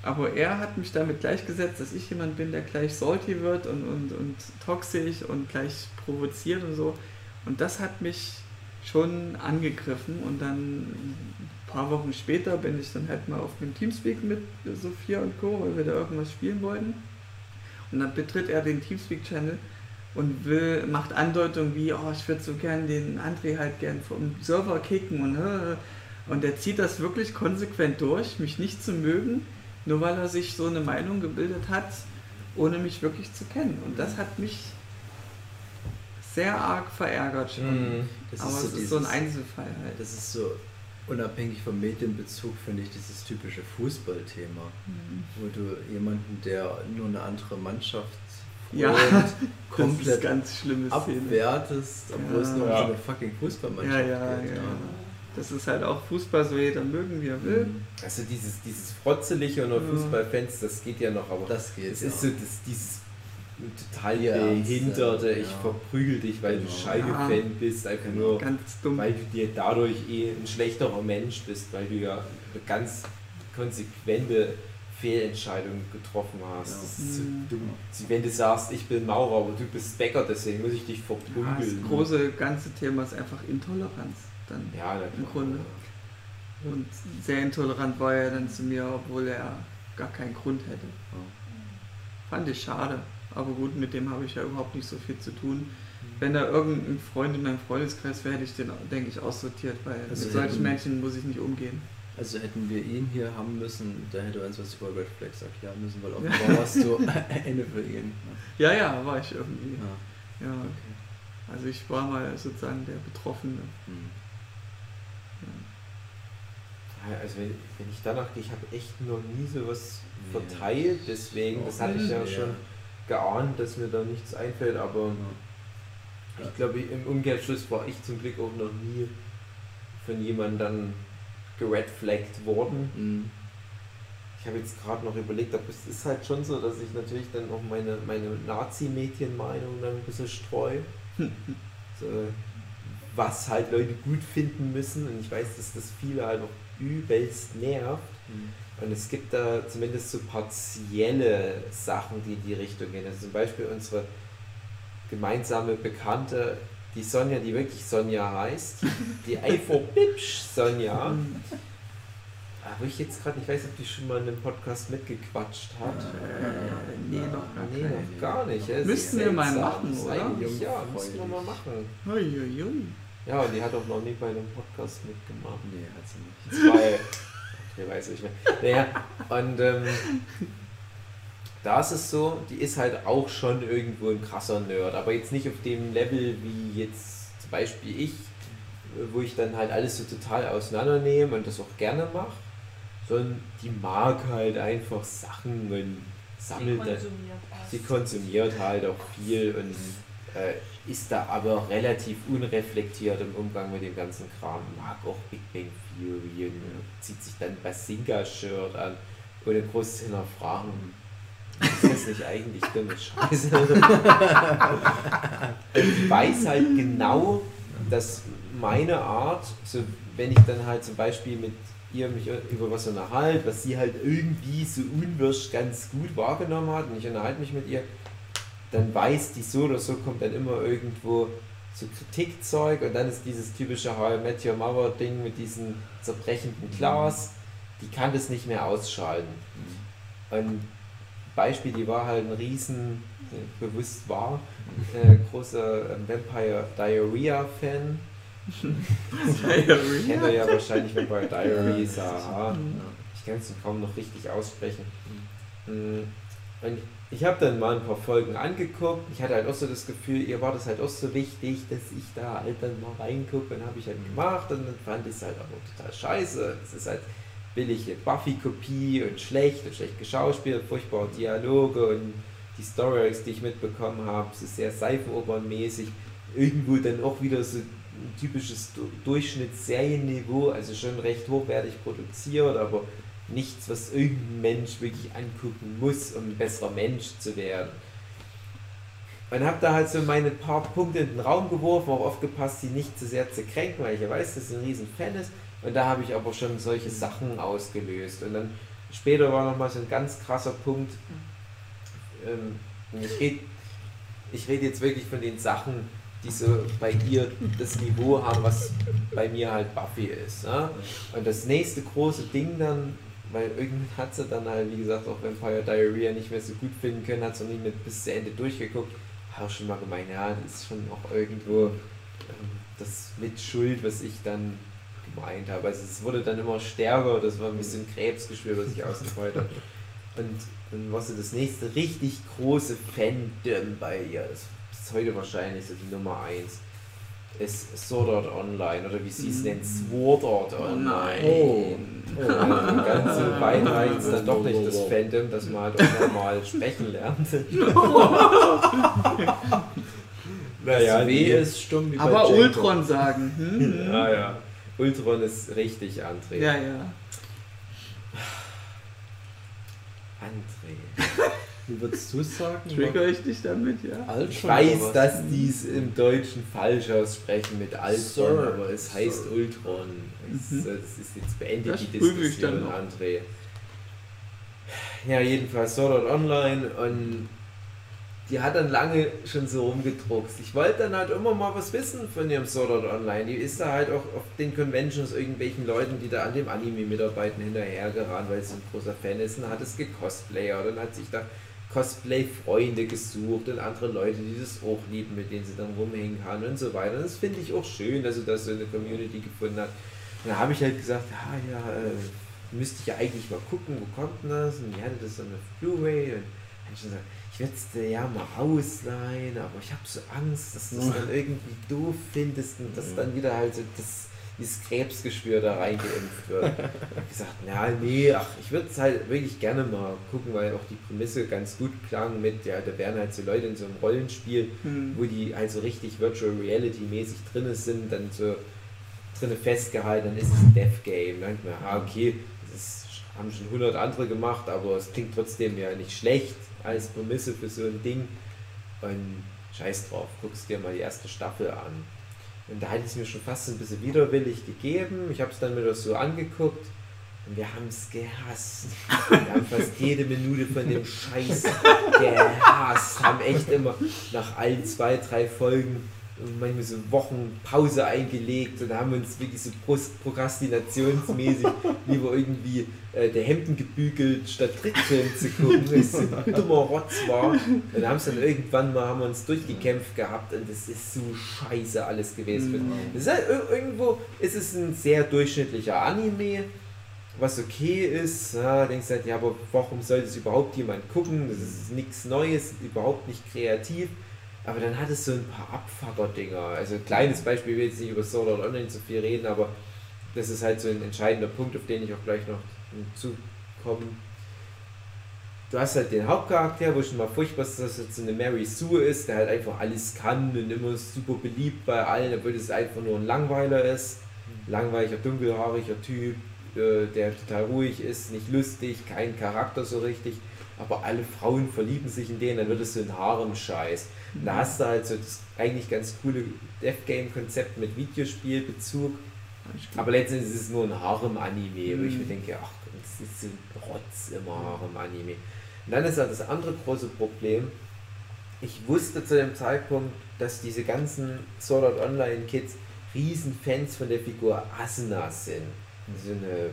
Aber er hat mich damit gleichgesetzt, dass ich jemand bin, der gleich salty wird und, und, und toxisch und gleich provoziert und so. Und das hat mich schon angegriffen. Und dann ein paar Wochen später bin ich dann halt mal auf einem Teamspeak mit Sophia und Co., weil wir da irgendwas spielen wollten. Und dann betritt er den Teamspeak-Channel und will, macht Andeutungen wie, oh, ich würde so gern den André halt gern vom Server kicken. Und, und er zieht das wirklich konsequent durch, mich nicht zu mögen, nur weil er sich so eine Meinung gebildet hat, ohne mich wirklich zu kennen. Und das hat mich sehr arg verärgert schon. Mm, das Aber ist so es ist dieses, so ein Einzelfall halt. Das ist so, unabhängig vom Medienbezug, finde ich, dieses typische Fußballthema, mhm. wo du jemanden, der nur eine andere Mannschaft ja, komplett ganz schlimmes abwertest, obwohl ja. es nur ja. eine fucking Fußballmannschaft ja, ja, geht. Ja. Ja. Das ist halt auch Fußball, so jeder mögen, wie er will. Also dieses, dieses Frotzelige unter Ja. Fußballfans, das geht ja noch, aber das geht. es ja. ist so das, dieses total Ja, behinderte, ja. ich verprügel dich, weil Genau. du Schalke-Fan Ja. bist, einfach Genau. nur, Ganz dumm. weil du dir dadurch eh ein schlechterer Mensch bist, weil du ja eine ganz konsequente Fehlentscheidung getroffen hast. Ja. Das ist so Mhm. dumm. Sie- Wenn du sagst, ich bin Maurer, aber du bist Bäcker, deswegen muss ich dich Ja, verprügeln. das große ganze Thema ist einfach Intoleranz dann. Ja, na Im klar. Grunde. Und sehr intolerant war er dann zu mir, obwohl er gar keinen Grund hätte. Fand ich schade. Aber gut, mit dem habe ich ja überhaupt nicht so viel zu tun. Wenn da irgendein Freund in meinem Freundeskreis wäre, hätte ich den, denke ich, aussortiert, weil Also mit solchen hätten- Menschen muss ich nicht umgehen. Also hätten wir ihn hier haben müssen, da hätte er uns was über Red Flag sagt, ja müssen, weil offenbar warst du eine für ihn. Ja, ja, war ich irgendwie. Ja. Ja. Okay. Also ich war mal sozusagen der Betroffene. Hm. Also wenn, wenn ich danach gehe, ich habe echt noch nie sowas Nee. verteilt, deswegen, das hatte ich ja Ja. schon geahnt, dass mir da nichts einfällt, aber ich glaube, im Umkehrschluss war ich zum Glück auch noch nie von jemandem dann geredflaggt worden. Mhm. Ich habe jetzt gerade noch überlegt, aber es ist halt schon so, dass ich natürlich dann auch meine, meine Nazi-Mädchen-Meinung dann ein bisschen streue. So, was halt Leute gut finden müssen, und ich weiß, dass das viele halt auch übelst nervt. Mhm. Und es gibt da zumindest so partielle Sachen, die in die Richtung gehen. Also zum Beispiel unsere gemeinsame Bekannte, die Sonja, die wirklich Sonja heißt, die einfach Bipsch Sonja, wo ich jetzt gerade nicht weiß, ob die schon mal in einem Podcast mitgequatscht hat. Äh, nee, noch gar Nee, keine. noch gar nicht. Ja, das Müssten ist wir mal seltsam. machen, Das ist oder? eigentlich- Ja, müssen wir mal machen. Uiuiui. Ja, und die hat auch noch nie bei einem Podcast mitgemacht. Nee, hat sie nicht. Zwei. Ich weiß nicht mehr. Naja, und ähm, da ist es so, die ist halt auch schon irgendwo ein krasser Nerd, aber jetzt nicht auf dem Level wie jetzt zum Beispiel ich, wo ich dann halt alles so total auseinandernehme und das auch gerne mache, sondern die mag halt einfach Sachen und sammelt dann. Sie konsumiert halt auch viel und äh, ist da aber relativ unreflektiert im Umgang mit dem ganzen Kram. Mag auch Big Bang Theory und zieht sich dann Basinga-Shirt an, ohne groß zu hinterfragen. Ist das nicht eigentlich dumme Scheiße? Ich weiß halt genau, dass meine Art, so wenn ich dann halt zum Beispiel mit ihr mich über was unterhalte, was sie halt irgendwie so unwirsch ganz gut wahrgenommen hat und ich unterhalte mich mit ihr, dann weiß die so oder so, kommt dann immer irgendwo so Kritikzeug und dann ist dieses typische How I Met Your Mother Ding mit diesem zerbrechenden Glas, die kann das nicht mehr ausschalten. Und Beispiel, die war halt ein riesen, äh, bewusst war, äh, großer äh, Vampire Diarrhea Fan. Ich kenne ja wahrscheinlich Vampire Diaries, aha. Ich kann es kaum noch richtig aussprechen. Und ich habe dann mal ein paar Folgen angeguckt. Ich hatte halt auch so das Gefühl, ihr war das halt auch so wichtig, dass ich da halt dann mal reingucke. Und habe ich halt gemacht und dann fand ich es halt auch total scheiße. Es ist halt billige Buffy-Kopie und schlecht und schlecht geschauspielt, furchtbare Dialoge und die Storys, die ich mitbekommen habe, es ist sehr seifenopernmäßig. Irgendwo dann auch wieder so ein typisches Durchschnittsserienniveau, also schon recht hochwertig produziert, aber nichts, was irgendein Mensch wirklich angucken muss, um ein besserer Mensch zu werden. Und habe da halt so meine paar Punkte in den Raum geworfen, auch aufgepasst, sie nicht zu sehr zu kränken, weil ich ja weiß, dass sie ein riesen Fan ist. Und da habe ich aber schon solche Sachen ausgelöst. Und dann später war nochmal so ein ganz krasser Punkt. Ähm, ich rede ich red jetzt wirklich von den Sachen, die so bei ihr das Niveau haben, was bei mir halt Buffy ist. Ne? Und das nächste große Ding dann, weil irgendwann hat sie dann halt, wie gesagt, auch Vampire Diarrhea nicht mehr so gut finden können, hat sie nicht mehr bis zu Ende durchgeguckt. Habe schon mal gemeint, ja, das ist schon auch irgendwo ähm, das mit Schuld, was ich dann gemeint habe. Also es wurde dann immer stärker, das war ein bisschen Krebsgeschwür, was ich ausgefeuert habe. Und dann war so das nächste richtig große Fandom bei ihr. Das ist heute wahrscheinlich so die Nummer eins. Ist Sword Art Online oder wie sie es nennt, Sword Art Online. Oh. Oh, also ganz so weit reicht es dann doch nicht das Fandom, dass man halt auch nochmal sprechen lernt. Naja, das W ist stumm wie bei aber Jacob. Ultron sagen. Hm? Ja, ja. Ultron ist richtig, André. Ja, ja. André. Wie würdest du es sagen? Trigger ich dich damit, ja? Altron Ich weiß, oder was? dass die es im Deutschen falsch aussprechen mit Altron, Sir. aber es heißt Sir. Ultron. Es, Mhm. das ist jetzt beendet Das die prüfe ich Diskussion, dann noch. André. Ja, jedenfalls Sword Art Online und die hat dann lange schon so rumgedruckst. Ich wollte dann halt immer mal was wissen von ihrem Sword Art Online. Die ist da halt auch auf den Conventions irgendwelchen Leuten, die da an dem Anime mitarbeiten, hinterhergerannt, weil sie ein großer Fan ist und hat es gecosplayert und hat sich da Cosplay-Freunde gesucht und andere Leute, die das auch lieben, mit denen sie dann rumhängen kann und so weiter. Und das finde ich auch schön, dass sie das so eine Community gefunden hat. Und da habe ich halt gesagt, ja, ja, äh, müsste ich ja eigentlich mal gucken, wo kommt denn das? Und die hatte das dann auf Blu-ray und habe ich schon gesagt, ich werde es dir ja mal ausleihen, aber ich habe so Angst, dass du es dann irgendwie doof findest und dass dann wieder halt so das, dieses Krebsgeschwür da reingeimpft wird. Ich habe gesagt, na nee, ach, ich würde es halt wirklich gerne mal gucken, weil auch die Prämisse ganz gut klang mit, ja, da wären halt so Leute in so einem Rollenspiel, Hm. wo die halt so richtig Virtual Reality mäßig drin sind, dann so drinne festgehalten, dann ist es ein Death Game. Dann denke ich mir, ah, okay, das haben schon hundert andere gemacht, aber es klingt trotzdem ja nicht schlecht als Prämisse für so ein Ding. Und scheiß drauf, guckst dir mal die erste Staffel an. Und da hatte ich es mir schon fast ein bisschen widerwillig gegeben. Ich habe es dann mir das so angeguckt und wir haben es gehasst. Wir haben fast jede Minute von dem Scheiß gehasst. Haben echt immer nach allen zwei, drei Folgen manchmal so Wochen Pause eingelegt und haben uns wirklich so prokrastinationsmäßig lieber irgendwie äh, der Hemden gebügelt, statt Trickfilm zu gucken, weil es so ein dummer Rotz war. Und dann haben es dann irgendwann mal haben wir uns durchgekämpft gehabt und das ist so scheiße alles gewesen. Das ist halt, irgendwo ist es ein sehr durchschnittlicher Anime, was okay ist. Ja, denkst halt, ja, aber warum sollte es überhaupt jemand gucken? Das ist nichts Neues, überhaupt nicht kreativ. Aber dann hat es so ein paar Abfucker-Dinger. Also ein kleines Beispiel, ich will jetzt nicht über Sword Art Online so viel reden, aber das ist halt so ein entscheidender Punkt, auf den ich auch gleich noch zukomme. Du hast halt den Hauptcharakter, wo schon mal furchtbar ist, dass jetzt so eine Mary Sue ist, der halt einfach alles kann und immer super beliebt bei allen, obwohl es einfach nur ein Langweiler ist. Langweiliger, dunkelhaariger Typ, der total ruhig ist, nicht lustig, kein Charakter so richtig. Aber alle Frauen verlieben sich in den, dann wird es so ein Harem-Scheiß. Und da hast du halt so das eigentlich ganz coole Death-Game-Konzept mit Videospielbezug. Aber letztendlich ist es nur ein Harem-Anime, wo ich mir denke, ach, das ist so ein Rotz immer Harem-Anime. Und dann ist halt das andere große Problem, ich wusste zu dem Zeitpunkt, dass diese ganzen Sword Art Online-Kids Riesenfans von der Figur Asuna sind. So eine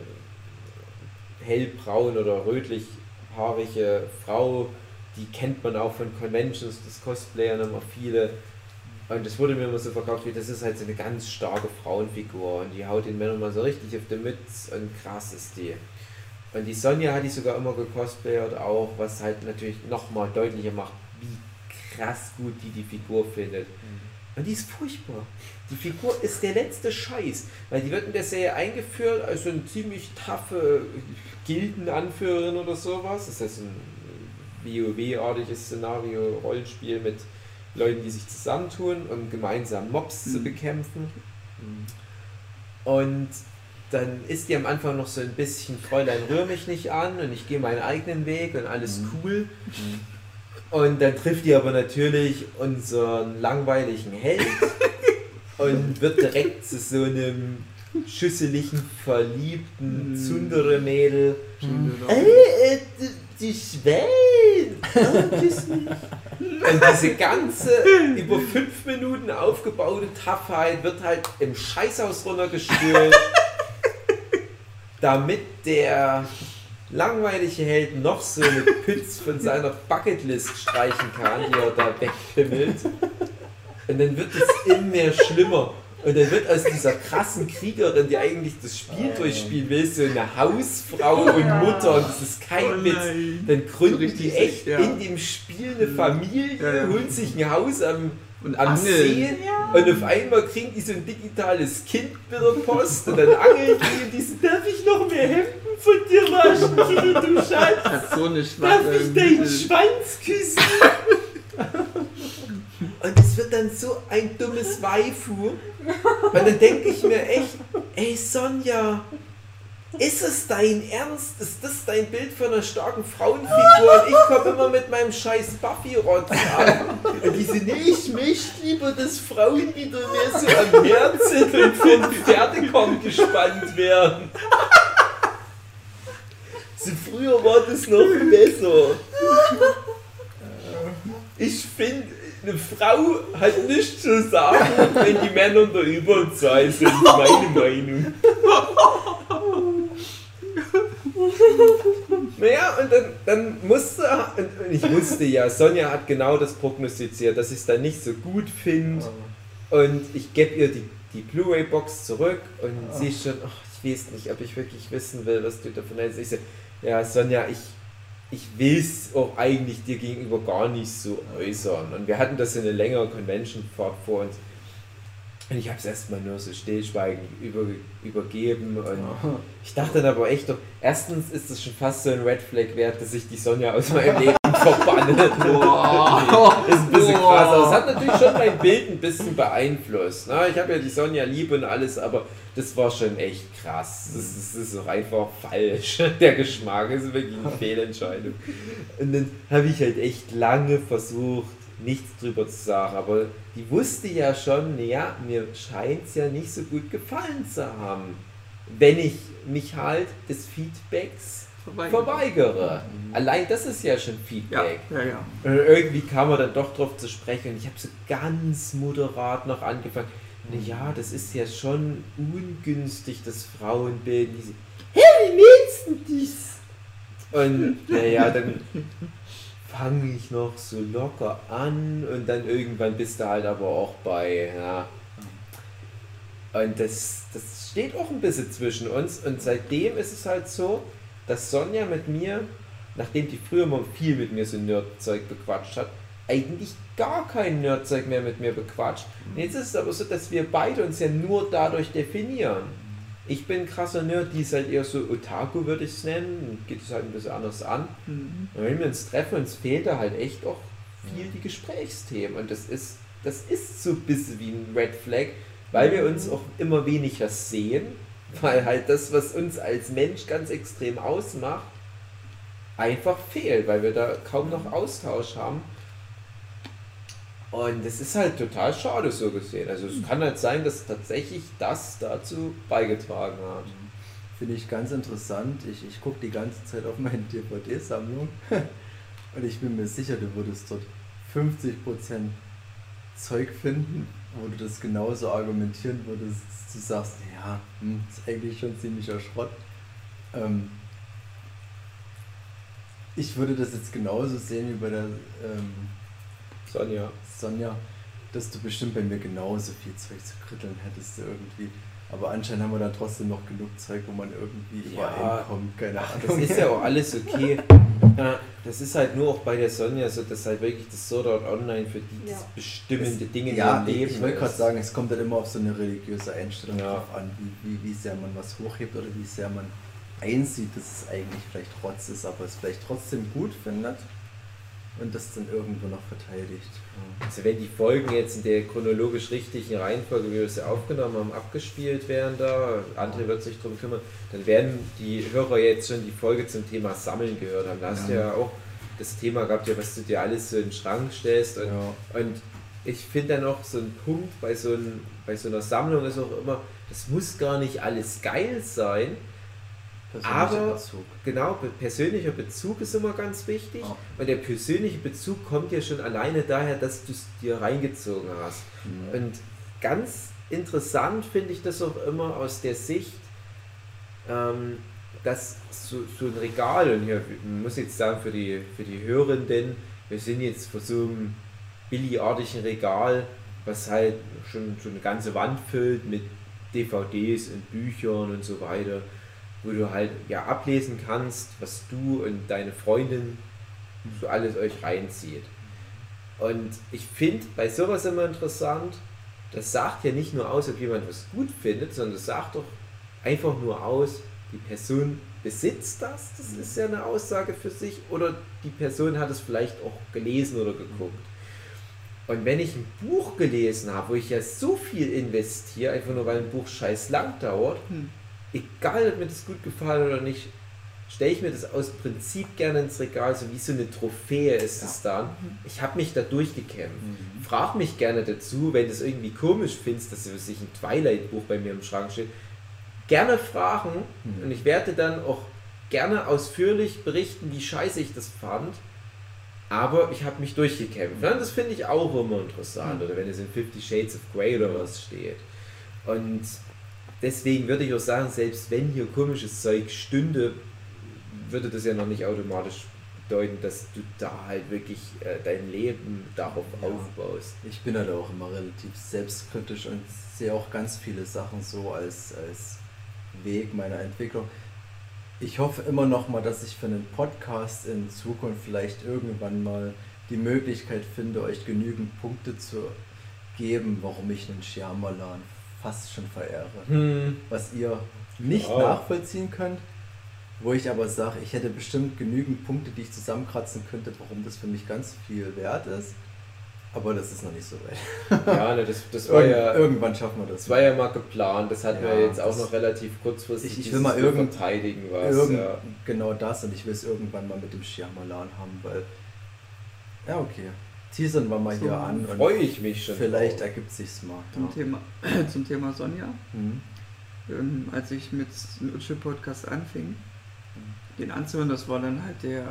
hellbraun oder rötlich haarige Frau, die kennt man auch von Conventions, das Cosplayern immer viele. Und das wurde mir immer so verkauft, wie das ist halt so eine ganz starke Frauenfigur und die haut den Männern mal so richtig auf die Mütze und krass ist die. Und die Sonja hat die sogar immer gecosplayert auch, was halt natürlich nochmal deutlicher macht, wie krass gut die die Figur findet. Und die ist furchtbar. Die Figur ist der letzte Scheiß, weil die wird in der Serie eingeführt als so eine ziemlich taffe Gildenanführerin oder sowas. Das ist ein WoW-artiges Szenario, Rollenspiel mit Leuten, die sich zusammentun, um gemeinsam Mobs mhm. zu bekämpfen. Mhm. Und dann ist die am Anfang noch so ein bisschen Fräulein, rühr mich nicht an und ich gehe meinen eigenen Weg und alles mhm. cool. Mhm. Und dann trifft die aber natürlich unseren langweiligen Held und wird direkt zu so einem schüsseligen, verliebten Zundere-Mädel. Mhm. Äh, äh, die Schwein! Oh, küss mich. Und diese ganze über fünf Minuten aufgebaute Toughheit wird halt im Scheißhaus runtergespült, damit der langweilige Held noch so eine Pütz von seiner Bucketlist streichen kann, die er da wegpimmelt. Und dann wird es immer mehr schlimmer. Und dann wird aus dieser krassen Kriegerin, die eigentlich das Spiel durchspielen will, so eine Hausfrau und Mutter. Und das ist kein Oh Witz. nein. Dann gründen So richtig die echt ja. in dem Spiel eine Familie, Ja, ja. holen sich ein Haus am, Und am angeln. See. Und auf einmal kriegen die so ein digitales Kind mit der Post. Und dann angeln die und die so, darf ich noch mehr Hemden von dir waschen, Kitty, du Schatz? Hat so eine schwache Darf ich deinen Mittel- Schwanz küssen? Und es wird dann so ein dummes Waifu. Und dann denke ich mir echt, ey Sonja, ist es dein Ernst? Ist das dein Bild von einer starken Frauenfigur? Und ich komme immer mit meinem scheiß Buffy-Rotz an. Und die so, nee, ich möchte lieber, dass Frauen wieder mehr so am Herd sind und vom Pferdekorn gespannt werden. So, früher war das noch besser. Ich finde, eine Frau hat nichts zu sagen, wenn die Männer in der Überzahl sind, meine Meinung. Naja, und dann, dann musste, und ich wusste ja, Sonja hat genau das prognostiziert, dass ich es dann nicht so gut finde. Und ich gebe ihr die, die Blu-ray-Box zurück und oh. sie schon, ach, ich weiß nicht, ob ich wirklich wissen will, was du davon hältst. Ich so, ja Sonja, ich, ich will es auch eigentlich dir gegenüber gar nicht so äußern. Und wir hatten das in einer längeren Convention-Fahrt vor uns. Und ich habe es erstmal nur so stillschweigend über, übergeben. Und oh. ich dachte dann aber echt doch, erstens ist es schon fast so ein Red Flag wert, dass ich die Sonja aus meinem Leben verbanne. Wow. Ist ein bisschen wow. krass. Aber es hat natürlich schon mein Bild ein bisschen beeinflusst. Na, ich habe ja die Sonja lieb und alles, aber das war schon echt krass. Das, das ist auch einfach falsch. Der Geschmack ist wirklich eine Fehlentscheidung. Und dann habe ich halt echt lange versucht, nichts drüber zu sagen, aber die wusste ja schon, ja, mir scheint es ja nicht so gut gefallen zu haben, wenn ich mich halt des Feedbacks verweigere. verweigere. Mhm. Allein das ist ja schon Feedback. Ja, ja, ja. Und irgendwie kam man dann doch drauf zu sprechen und ich habe so ganz moderat noch angefangen, mhm. ja, das ist ja schon ungünstig, das Frauenbild. Die so, hey, wie meinst du das? Und naja, dann fange ich noch so locker an und dann irgendwann bist du halt aber auch bei, ja. Und das, das steht auch ein bisschen zwischen uns und seitdem ist es halt so, dass Sonja mit mir, nachdem die früher mal viel mit mir so Nerdzeug bequatscht hat, eigentlich gar kein Nerdzeug mehr mit mir bequatscht. Und jetzt ist es aber so, dass wir beide uns ja nur dadurch definieren. Ich bin ein krasser Nerd, die ist halt eher so Otaku, würde ich es nennen, geht es halt ein bisschen anders an. Mhm. Und wenn wir uns treffen, uns fehlt da halt echt auch viel die Gesprächsthemen und das ist, das ist so ein bisschen wie ein Red Flag, weil wir uns auch immer weniger sehen, weil halt das, was uns als Mensch ganz extrem ausmacht, einfach fehlt, weil wir da kaum noch Austausch haben. Und es ist halt total schade so gesehen. Also es kann halt sein, dass tatsächlich das dazu beigetragen hat. Finde ich ganz interessant. Ich, ich gucke die ganze Zeit auf meine D V D-Sammlung und ich bin mir sicher, du würdest dort fünfzig Prozent Zeug finden, wo du das genauso argumentieren würdest, dass du sagst, ja, hm, ist eigentlich schon ziemlicher Schrott. Ähm, ich würde das jetzt genauso sehen wie bei der ähm, Sonja. Sonja, dass du bestimmt bei mir genauso viel Zeug zu kritteln hättest irgendwie. Aber anscheinend haben wir dann trotzdem noch genug Zeug, wo man irgendwie ja, übereinkommt. Keine Ahnung. Das ist ja auch alles okay. Das ist halt nur auch bei der Sonja so, dass halt wirklich das Sword Art Online für die ja. bestimmende Dinge in ja, ihrem Leben ich, ich wollte gerade sagen, es kommt halt immer auf so eine religiöse Einstellung ja. drauf an, wie, wie, wie sehr man was hochhebt oder wie sehr man einsieht, dass es eigentlich vielleicht Rotz ist, aber es vielleicht trotzdem gut findet. Und das dann irgendwo noch verteidigt. Also wenn die Folgen jetzt in der chronologisch richtigen Reihenfolge, wie wir sie aufgenommen haben, abgespielt werden da, André wird sich darum kümmern, dann werden die Hörer jetzt schon die Folge zum Thema Sammeln gehört haben. Da hast ja. du ja auch das Thema gehabt, ja, was du dir alles so in den Schrank stellst und, ja. und ich finde dann noch so ein Punkt bei so, ein, bei so einer Sammlung ist auch immer, das muss gar nicht alles geil sein, aber Bezug. Genau, persönlicher Bezug ist immer ganz wichtig oh. und der persönliche Bezug kommt ja schon alleine daher, dass du es dir reingezogen hast. Mhm. Und ganz interessant finde ich das auch immer aus der Sicht, ähm, dass so, so ein Regal, und hier man muss jetzt sagen für die, für die Hörenden, wir sind jetzt vor so einem billigartigen Regal, was halt schon so eine ganze Wand füllt mit D V Ds und Büchern und so weiter, wo du halt ja ablesen kannst, was du und deine Freundin so alles euch reinzieht. Und ich finde bei sowas immer interessant, das sagt ja nicht nur aus, ob jemand was gut findet, sondern das sagt doch einfach nur aus, die Person besitzt das, das ist ja eine Aussage für sich, oder die Person hat es vielleicht auch gelesen oder geguckt. Und wenn ich ein Buch gelesen habe, wo ich ja so viel investiere, einfach nur weil ein Buch scheiß lang dauert, hm. egal ob mir das gut gefallen oder nicht, stelle ich mir das aus Prinzip gerne ins Regal, so wie so eine Trophäe ist es ja. dann. Ich habe mich da durchgekämpft. Mhm. Frag mich gerne dazu, wenn du es irgendwie komisch findest, dass sich ein Twilight-Buch bei mir im Schrank steht, gerne fragen mhm. und ich werde dann auch gerne ausführlich berichten, wie scheiße ich das fand, aber ich habe mich durchgekämpft. Mhm. Ja, das finde ich auch immer interessant, mhm. oder wenn es in Fifty Shades of Grey oder was steht. Und deswegen würde ich auch sagen, selbst wenn hier komisches Zeug stünde, würde das ja noch nicht automatisch bedeuten, dass du da halt wirklich äh, dein Leben darauf ja. aufbaust. Ich bin halt auch immer relativ selbstkritisch und sehe auch ganz viele Sachen so als, als Weg meiner Entwicklung. Ich hoffe immer noch mal, dass ich für einen Podcast in Zukunft vielleicht irgendwann mal die Möglichkeit finde, euch genügend Punkte zu geben, warum ich einen Shyamalan fast schon verehre. Hm. Was ihr nicht oh. nachvollziehen könnt, wo ich aber sage, ich hätte bestimmt genügend Punkte, die ich zusammenkratzen könnte, warum das für mich ganz viel wert ist. Aber das ist noch nicht so weit. Ja, ne, das, das war Irgend, ja... Irgendwann schaffen wir das. Das war ja mal geplant, das hatten ja, wir jetzt auch noch relativ kurzfristig. Ich, ich will mal irgend, verteidigen was. Irgend, ja. Genau das, und ich will es irgendwann mal mit dem Shyamalan haben, weil... Ja, okay. Teasern wir mal so, hier an. Freue ich mich schon. Vielleicht drauf. Ergibt sich's mal. Zum, ja. Thema, zum Thema Sonja. Mhm. Ähm, als ich mit dem Utsche-Podcast anfing, den anzuhören, das war dann halt der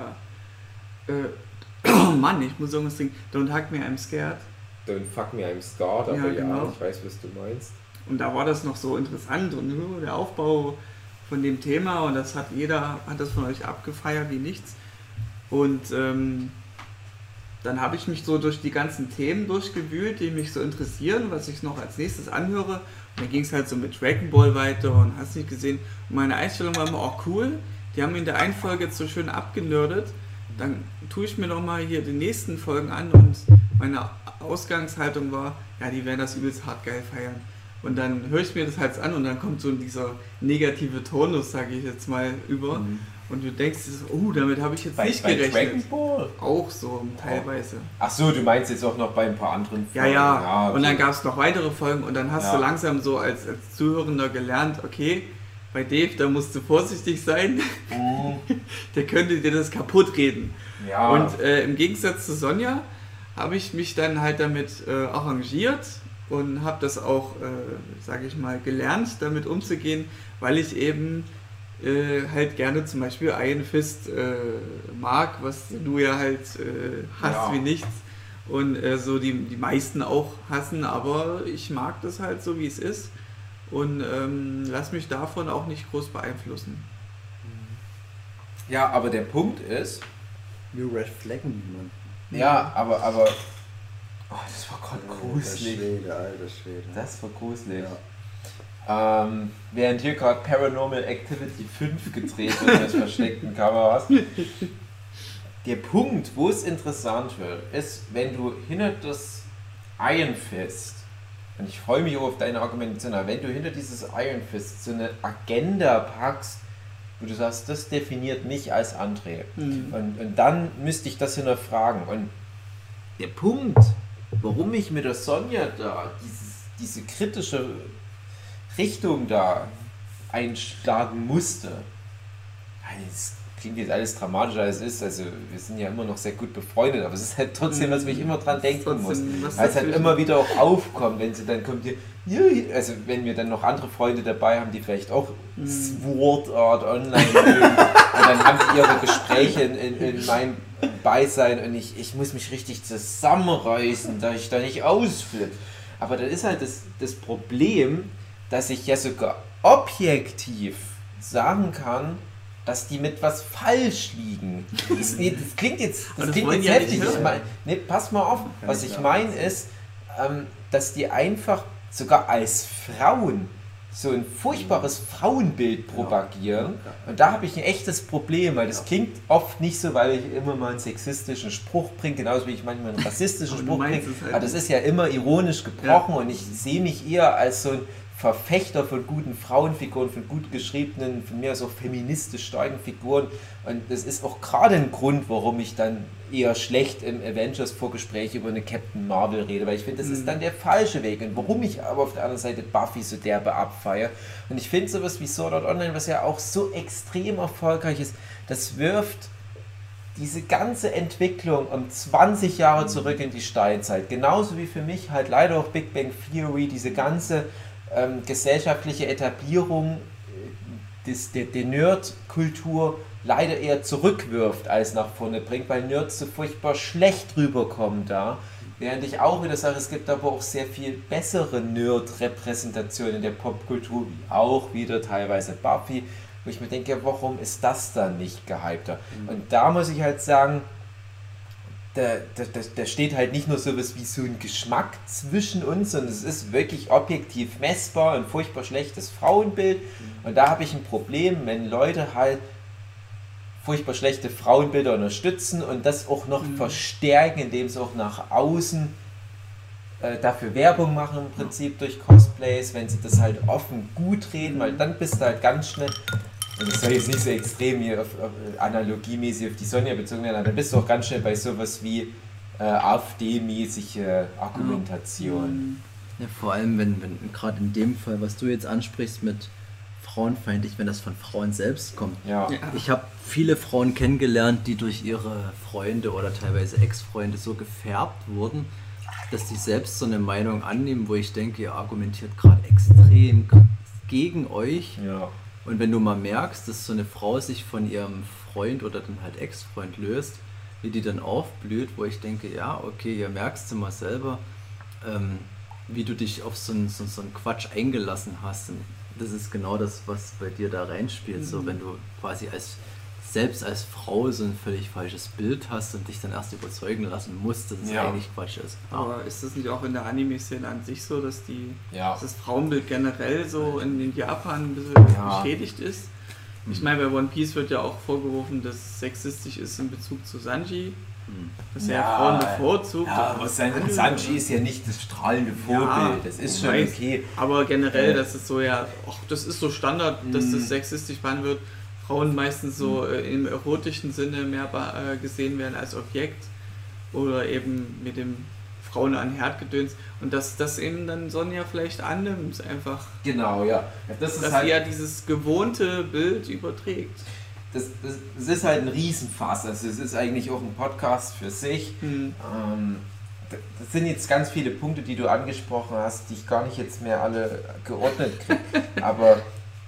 äh, oh Mann, ich muss irgendwas trinken. Don't hug me, I'm scared. Don't fuck me, I'm scared, aber ja, genau. ja, ich weiß, was du meinst. Und da war das noch so interessant und uh, der Aufbau von dem Thema, und das hat jeder, hat das von euch abgefeiert wie nichts. Und ähm, dann habe ich mich so durch die ganzen Themen durchgewühlt, die mich so interessieren, was ich noch als nächstes anhöre. Und dann ging es halt so mit Dragon Ball weiter und hast nicht gesehen. Und meine Einstellung war immer, oh cool, die haben in der einen Folge jetzt so schön abgenördet. Dann tue ich mir noch mal hier die nächsten Folgen an, und meine Ausgangshaltung war, ja, die werden das übelst hart geil feiern. Und dann höre ich mir das halt an und dann kommt so dieser negative Tonus, sage ich jetzt mal, über. Mhm. Und du denkst, oh, damit habe ich jetzt bei, nicht bei gerechnet. Dragon Ball? Auch so, teilweise. Ach so, du meinst jetzt auch noch bei ein paar anderen Folgen. Ja, ja, ja okay. Und dann gab es noch weitere Folgen und dann hast ja. du langsam so als, als Zuhörender gelernt, okay, bei Dave, da musst du vorsichtig sein, mhm. der könnte dir das kaputt reden. Ja. Und äh, im Gegensatz zu Sonja habe ich mich dann halt damit äh, arrangiert und habe das auch, äh, sage ich mal, gelernt, damit umzugehen, weil ich eben äh, halt gerne zum Beispiel Iron Fist äh, mag, was du ja halt äh, hast ja. wie nichts. Und äh, so die, die meisten auch hassen, aber ich mag das halt so, wie es ist. Und ähm, lass mich davon auch nicht groß beeinflussen. Ja, aber der Punkt ist... Wir red flaggen niemanden. Ja, aber... aber oh, das war gerade gruselig. Alter Schwede, alter Schwede. Das war gruselig. Ja. Ähm, während hier gerade Paranormal Activity fünf gedreht wird mit versteckten Kameras. Der Punkt, wo es interessant wird, ist, wenn du hinter das Iron Fist, und ich freue mich auch auf deine Argumentation, aber wenn du hinter dieses Iron Fist so eine Agenda packst, wo du sagst, das definiert mich als André, mhm. und, und dann müsste ich das hinterfragen. Und der Punkt, warum ich mit der Sonja da dieses, diese kritische Richtung da einschlagen musste, das klingt jetzt alles dramatischer als es ist, also wir sind ja immer noch sehr gut befreundet, aber es ist halt trotzdem, was mich immer dran denken muss. Weil es halt immer wieder auch aufkommt, wenn sie dann kommt hier, also wenn wir dann noch andere Freunde dabei haben, die vielleicht auch mm. Sword Art Online mögen und dann haben die ihre Gespräche in, in, in meinem Beisein und ich, ich muss mich richtig zusammenreißen, da ich da nicht ausflippe. Aber dann ist halt das, das Problem, dass ich ja sogar objektiv sagen kann, dass die mit was falsch liegen. Das, nee, das klingt jetzt, das das klingt jetzt ja heftig. Ich mein, nee, pass mal auf. Was ich meine ist, ähm, dass die einfach sogar als Frauen so ein furchtbares Frauenbild propagieren. Und da habe ich ein echtes Problem, weil das klingt oft nicht so, weil ich immer mal einen sexistischen Spruch bringe, genauso wie ich manchmal einen rassistischen Spruch bringe. Halt aber das ist ja immer ironisch gebrochen ja. Und ich sehe mich eher als so ein Verfechter von guten Frauenfiguren, von gut geschriebenen, von mir aus auch feministisch starken Figuren. Und das ist auch gerade ein Grund, warum ich dann eher schlecht im Avengers-Vorgespräch über eine Captain Marvel rede, weil ich finde, das mhm. ist dann der falsche Weg. Und warum ich aber auf der anderen Seite Buffy so derbe abfeiere. Und ich finde sowas wie Sword Art Online, was ja auch so extrem erfolgreich ist, das wirft diese ganze Entwicklung um zwanzig Jahre zurück in die Steinzeit. Genauso wie für mich halt leider auch Big Bang Theory, diese ganze Ähm, gesellschaftliche Etablierung des, der, der Nerd-Kultur leider eher zurückwirft als nach vorne bringt, weil Nerds so furchtbar schlecht rüberkommen da. Während ich auch wieder sage, es gibt aber auch sehr viel bessere Nerd-Repräsentationen in der Popkultur, wie auch wieder teilweise Buffy, wo ich mir denke, warum ist das dann nicht gehypter? Mhm. Und da muss ich halt sagen, Da, da, da steht halt nicht nur sowas wie so ein Geschmack zwischen uns, sondern es ist wirklich objektiv messbar, ein furchtbar schlechtes Frauenbild. Und da habe ich ein Problem, wenn Leute halt furchtbar schlechte Frauenbilder unterstützen und das auch noch mhm. verstärken, indem sie auch nach außen äh, dafür Werbung machen, im Prinzip durch Cosplays, wenn sie das halt offen gut reden, weil dann bist du halt ganz schnell... Und das soll jetzt nicht so extrem hier auf, auf, analogiemäßig auf die Sonja bezogen werden, aber dann bist du auch ganz schnell bei sowas wie äh, AfD-mäßige Argumentation. Ja, vor allem, wenn, wenn gerade in dem Fall, was du jetzt ansprichst mit frauenfeindlich, wenn das von Frauen selbst kommt. Ja. Ich habe viele Frauen kennengelernt, die durch ihre Freunde oder teilweise Ex-Freunde so gefärbt wurden, dass die selbst so eine Meinung annehmen, wo ich denke, ihr argumentiert gerade extrem gegen euch. Ja. Und wenn du mal merkst, dass so eine Frau sich von ihrem Freund oder dann halt Ex-Freund löst, wie die dann aufblüht, wo ich denke, ja, okay, hier merkst du mal selber, ähm, wie du dich auf so einen, so, so einen Quatsch eingelassen hast. Und das ist genau das, was bei dir da reinspielt. Mhm. So, wenn du quasi als selbst als Frau so ein völlig falsches Bild hast und dich dann erst überzeugen lassen musst, dass es ja. eigentlich Quatsch ist. Ja. Aber ist das nicht auch in der Anime-Szene an sich so, dass die ja. dass das Frauenbild generell so in, in Japan ein bisschen ja. beschädigt ist? Ich meine, bei One Piece wird ja auch vorgeworfen, dass es sexistisch ist in Bezug zu Sanji. Dass er ja, Frauen bevorzugt. Ja, aber Sanji ist ja nicht das strahlende Vorbild, ja, das ist schon weiß, okay. Aber generell, dass es so ja, ach, das ist so Standard, dass mm. das sexistisch behandelt wird. Frauen meistens so äh, im erotischen Sinne mehr äh, gesehen werden als Objekt oder eben mit dem Frauen an Herdgedöns und dass das eben dann Sonja vielleicht annimmt, einfach. Genau, ja. Das ist dass halt, sie ja dieses gewohnte Bild überträgt. Das, das, das ist halt ein Riesenfass, also es ist eigentlich auch ein Podcast für sich. Hm. Ähm, das sind jetzt ganz viele Punkte, die du angesprochen hast, die ich gar nicht jetzt mehr alle geordnet kriege, aber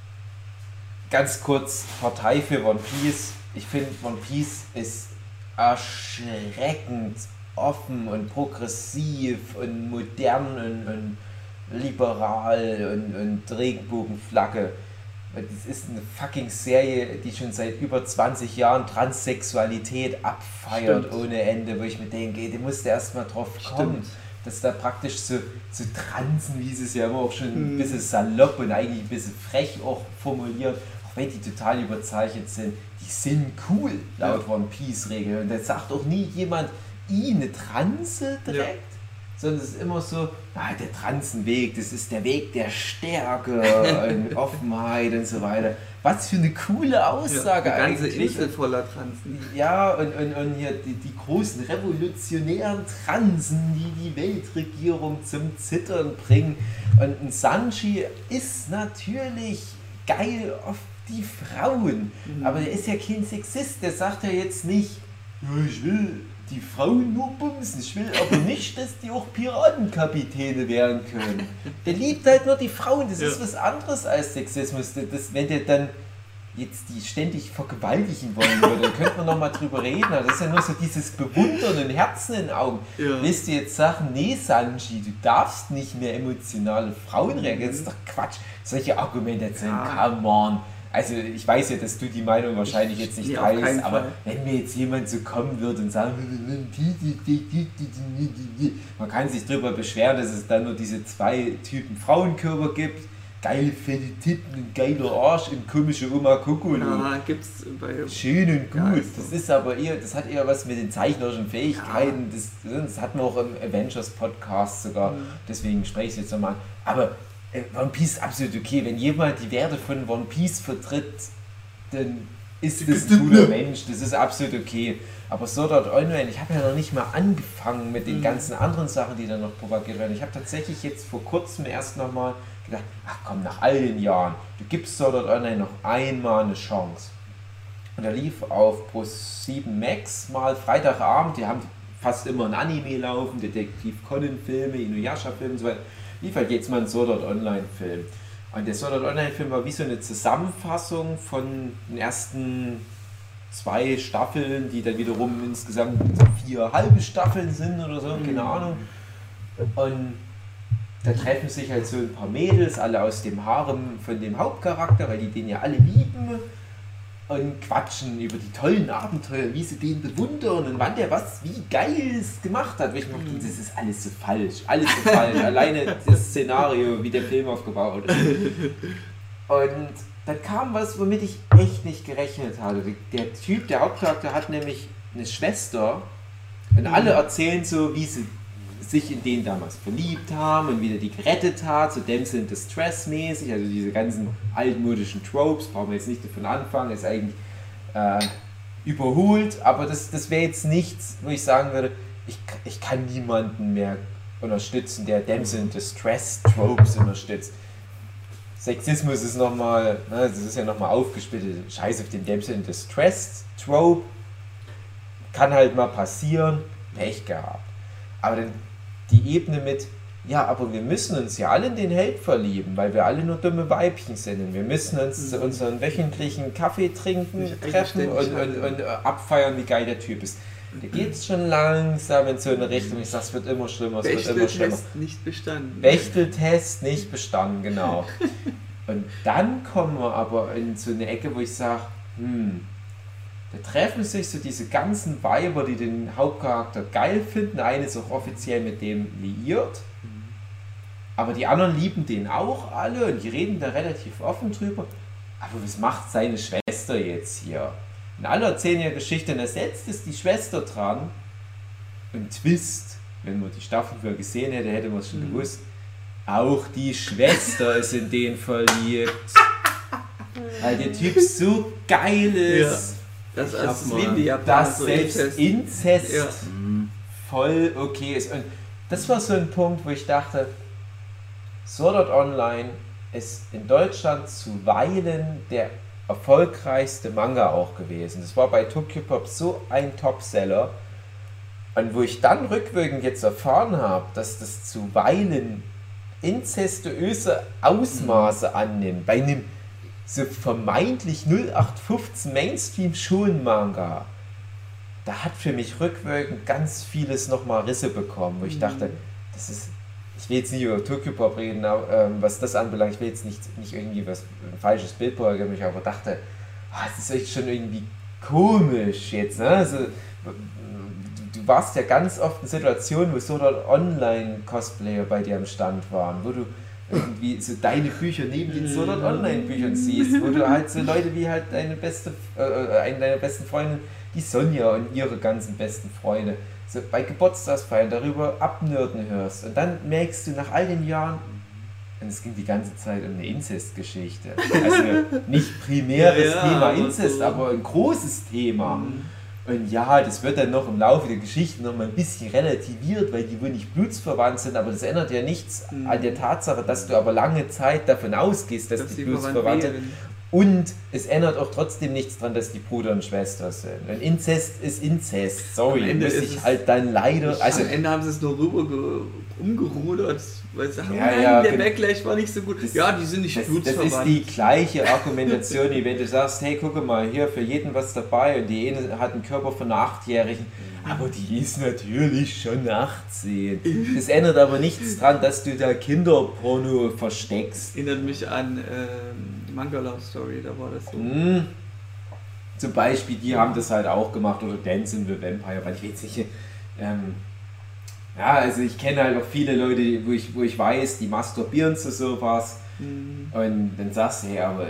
ganz kurz Partei für One Piece. Ich finde, One Piece ist erschreckend offen und progressiv und modern und, und liberal und, und Regenbogenflagge. Das ist eine fucking Serie, die schon seit über zwanzig Jahren Transsexualität abfeiert. Stimmt. Ohne Ende, wo ich mir denke, du musst erst mal drauf kommen. Stimmt. Dass da praktisch so, so Transen, wie sie es ja immer auch schon ein bisschen salopp und eigentlich ein bisschen frech auch formulieren, auch wenn die total überzeichnet sind, die sind cool, laut ja. One Piece Regel. Und da sagt auch nie jemand, i, eine Transe direkt, ja. sondern es ist immer so, ah, der Transenweg, das ist der Weg der Stärke und Offenheit und so weiter. Was für eine coole Aussage ja, die ganze eigentlich. Insel voller Transen. Ja, und, und, und hier die, die großen revolutionären Transen, die die Weltregierung zum Zittern bringen. Und ein Sanji ist natürlich geil auf die Frauen. Mhm. Aber der ist ja kein Sexist, der sagt ja jetzt nicht, ja, ich will die Frauen nur bumsen, ich will aber nicht, dass die auch Piratenkapitäne werden können. Der liebt halt nur die Frauen, das ja. ist was anderes als Sexismus. Das, wenn der dann jetzt die ständig vergewaltigen wollen würde, dann könnte man noch mal drüber reden. Das ist ja nur so dieses Bewundern und Herzen in den Augen. Ja. Willst du jetzt sagen, nee Sanji, du darfst nicht mehr emotionale Frauen reagieren? Das ist doch Quatsch. Solche Argumentationen, ja. come on. Also ich weiß ja, dass du die Meinung wahrscheinlich jetzt nicht teilst, aber wenn mir jetzt jemand so kommen würde und sagen, man kann sich darüber beschweren, dass es dann nur diese zwei Typen Frauenkörper gibt, geile fette Titten, ein geiler Arsch und komische Oma Kokolo. Ja, gibt's bei schön und gut. Ja, ist das ist aber eher, das hat eher was mit den zeichnerischen Fähigkeiten. Ja. Das, das hatten wir auch im Avengers Podcast sogar. Mhm. Deswegen spreche ich es jetzt nochmal an. Aber äh, One Piece ist absolut okay. Wenn jemand die Werte von One Piece vertritt, dann ist das ein guter Mensch. Das ist absolut okay. Aber Sword Art Online, ich habe ja noch nicht mal angefangen mit den mhm. ganzen anderen Sachen, die da noch propagiert werden. Ich habe tatsächlich jetzt vor kurzem erst nochmal gedacht, ach komm, nach all den Jahren, du gibst Sword Art Online noch einmal eine Chance. Und er lief auf Pro sieben Max mal Freitagabend, die haben fast immer ein Anime laufen, Detektiv Conan Filme, Inuyasha Filme und so weiter. Lief halt jetzt mal ein Sword Art Online Film. Und der Sword Art Online Film war wie so eine Zusammenfassung von den ersten zwei Staffeln, die dann wiederum insgesamt vier halbe Staffeln sind oder so, keine Ahnung. Und da treffen sich halt so ein paar Mädels, alle aus dem Harem von dem Hauptcharakter, weil die den ja alle lieben und quatschen über die tollen Abenteuer, wie sie den bewundern und wann der was wie Geiles gemacht hat. Ich dachte, das ist alles so falsch, alles so falsch. Alleine das Szenario, wie der Film aufgebaut ist. Und dann kam was, womit ich echt nicht gerechnet hatte. Der Typ, der Hauptcharakter, hat nämlich eine Schwester und alle erzählen so, wie sie sich in den damals verliebt haben und wie der die gerettet hat, so Damsel in Distress mäßig, also diese ganzen altmodischen Tropes, brauchen wir jetzt nicht davon anfangen, ist eigentlich äh, überholt, aber das, das wäre jetzt nichts, wo ich sagen würde, ich, ich kann niemanden mehr unterstützen, der Damsel in Distress Tropes unterstützt. Sexismus ist nochmal, ne, das ist ja nochmal aufgesplittet, scheiß auf den Damsel in Distress Trope, kann halt mal passieren, Pech gehabt. Aber dann die Ebene mit, ja, aber wir müssen uns ja alle in den Held verlieben, weil wir alle nur dumme Weibchen sind und wir müssen uns zu unseren wöchentlichen Kaffee trinken, treffen und, und, und abfeiern, wie geil der Typ ist. Da geht es schon langsam in so eine Richtung, ich sag, es wird immer schlimmer, es wird immer schlimmer. Bechteltest nicht bestanden. Bechteltest nicht bestanden, genau. Und dann kommen wir aber in so eine Ecke, wo ich sage, hm, da treffen sich so diese ganzen Weiber, die den Hauptcharakter geil finden. Eine ist auch offiziell mit dem liiert. Aber die anderen lieben den auch alle und die reden da relativ offen drüber. Aber was macht seine Schwester jetzt hier? Und alle erzählen ja Geschichte und da setzt es die Schwester dran. Und Twist, wenn man die Staffel vorher gesehen hätte, hätte man es schon mhm. gewusst. Auch die Schwester ist in den verliebt. Weil der Typ so geil ist. Ja. Das, das, das, das selbst Inzest ja. voll okay ist. Und das war so ein Punkt, wo ich dachte, Sword Art Online ist in Deutschland zuweilen der erfolgreichste Manga auch gewesen. Das war bei Tokyopop so ein Topseller. Und wo ich dann rückwirkend jetzt erfahren habe, dass das zuweilen inzestuöse Ausmaße annimmt, bei einem so vermeintlich null acht fünfzehn Mainstream-Schulen-Manga, da hat für mich rückwirkend ganz vieles nochmal Risse bekommen, wo ich dachte, das ist, ich will jetzt nicht über Tokyopop reden, aber, ähm, was das anbelangt, ich will jetzt nicht, nicht irgendwie was, ein falsches Bild vorher mich, aber dachte, oh, das ist echt schon irgendwie komisch jetzt, ne? Also, du, du warst ja ganz oft in Situationen, wo so dort Online-Cosplayer bei dir am Stand waren, wo du irgendwie so deine Bücher neben den Sword Art Online Büchern siehst, wo du halt so Leute wie halt deine beste, äh, eine deiner besten Freundinnen, die Sonja und ihre ganzen besten Freunde, so bei Geburtstagsfeiern darüber abnörden hörst und dann merkst du nach all den Jahren, und es ging die ganze Zeit um eine Inzestgeschichte, also nicht primäres ja, ja, Thema Inzest, so. Aber ein großes Thema. Mhm. Und ja, das wird dann noch im Laufe der Geschichte noch mal ein bisschen relativiert, weil die wohl nicht blutsverwandt sind, aber das ändert ja nichts mhm. an der Tatsache, dass du aber lange Zeit davon ausgehst, dass, dass die blutsverwandt sind. Und es ändert auch trotzdem nichts dran, dass die Bruder und Schwester sind. Ein Inzest ist Inzest. Sorry, Am Ende muss ist ich es- halt dann leider... Also, Am Ende haben sie es nur rüber ge- umgerudert, weil sie sagen, Ja, nein, ja, der gen- Backlash war nicht so gut. Das- ja, die sind nicht das, das blutsverwandt. ist die gleiche Argumentation, wie wenn du sagst, hey, guck mal, hier für jeden was dabei und die eine hat einen Körper von einer Achtjährigen, aber die ist natürlich schon achtzehn. Das ändert aber nichts dran, dass du da Kinderporno versteckst. Erinnert mich an ähm, Manga Love Story, da war das so. Hm. Zum Beispiel, die haben das halt auch gemacht, oder Dance in the Vampire, weil ich weiß nicht, ähm, ja, also ich kenne halt auch viele Leute, wo ich, wo ich weiß, die masturbieren zu sowas Mhm. und dann sagst du, hey, aber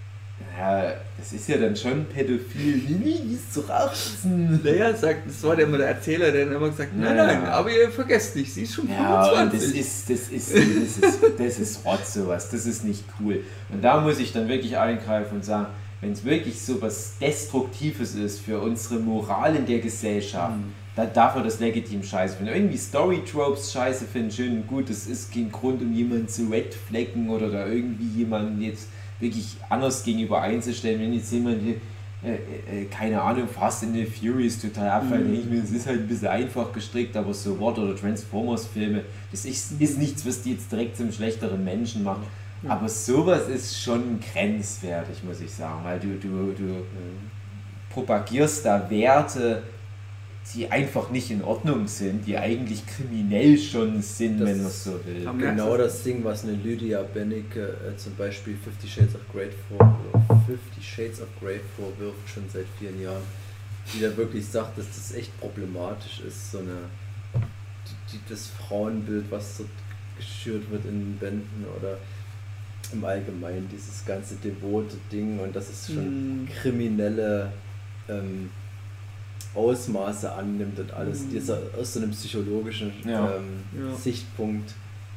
ja, das ist ja dann schon pädophil, nee, die ist doch achtzehn. Naja, sagt, das war der immer der Erzähler, der dann immer gesagt hat, nein, Ja. nein, aber ihr vergesst nicht, sie ist schon Ja, und das fünfundzwanzig. ist, das ist, das ist, das ist Rotz sowas, das ist nicht cool. Und da muss ich dann wirklich eingreifen und sagen, wenn es wirklich so was Destruktives ist für unsere Moral in der Gesellschaft, dann darf man das legitim scheiße finden. Irgendwie Story-Tropes scheiße finden, schön und gut, das ist kein Grund, um jemanden zu redflecken oder da irgendwie jemanden jetzt wirklich anders gegenüber einzustellen. Wenn jetzt jemand hier, äh, äh, keine Ahnung, Fast and the Furious total abfallen, denke ich mir, das ist halt ein bisschen einfach gestrickt, aber so What oder Transformers-Filme, das ist, ist nichts, was die jetzt direkt zum schlechteren Menschen machen. Aber sowas ist schon grenzwertig, muss ich sagen, weil du, du, du propagierst da Werte, die einfach nicht in Ordnung sind, die eigentlich kriminell schon sind, Das wenn man es so will. Am- Genau das Ding, was eine Lydia Benecke äh, zum Beispiel Fifty Shades of Grey vor, Fifty Shades of Grey vorwirft, schon seit vielen Jahren, die da wirklich sagt, dass das echt problematisch ist, so eine die, die, das Frauenbild, was dort geschürt wird in Bänden oder im Allgemeinen, dieses ganze devote Ding und dass es schon Mhm. kriminelle ähm, Ausmaße annimmt und alles, Mhm. dieser, aus so einem psychologischen Ja. ähm, Ja. Sichtpunkt.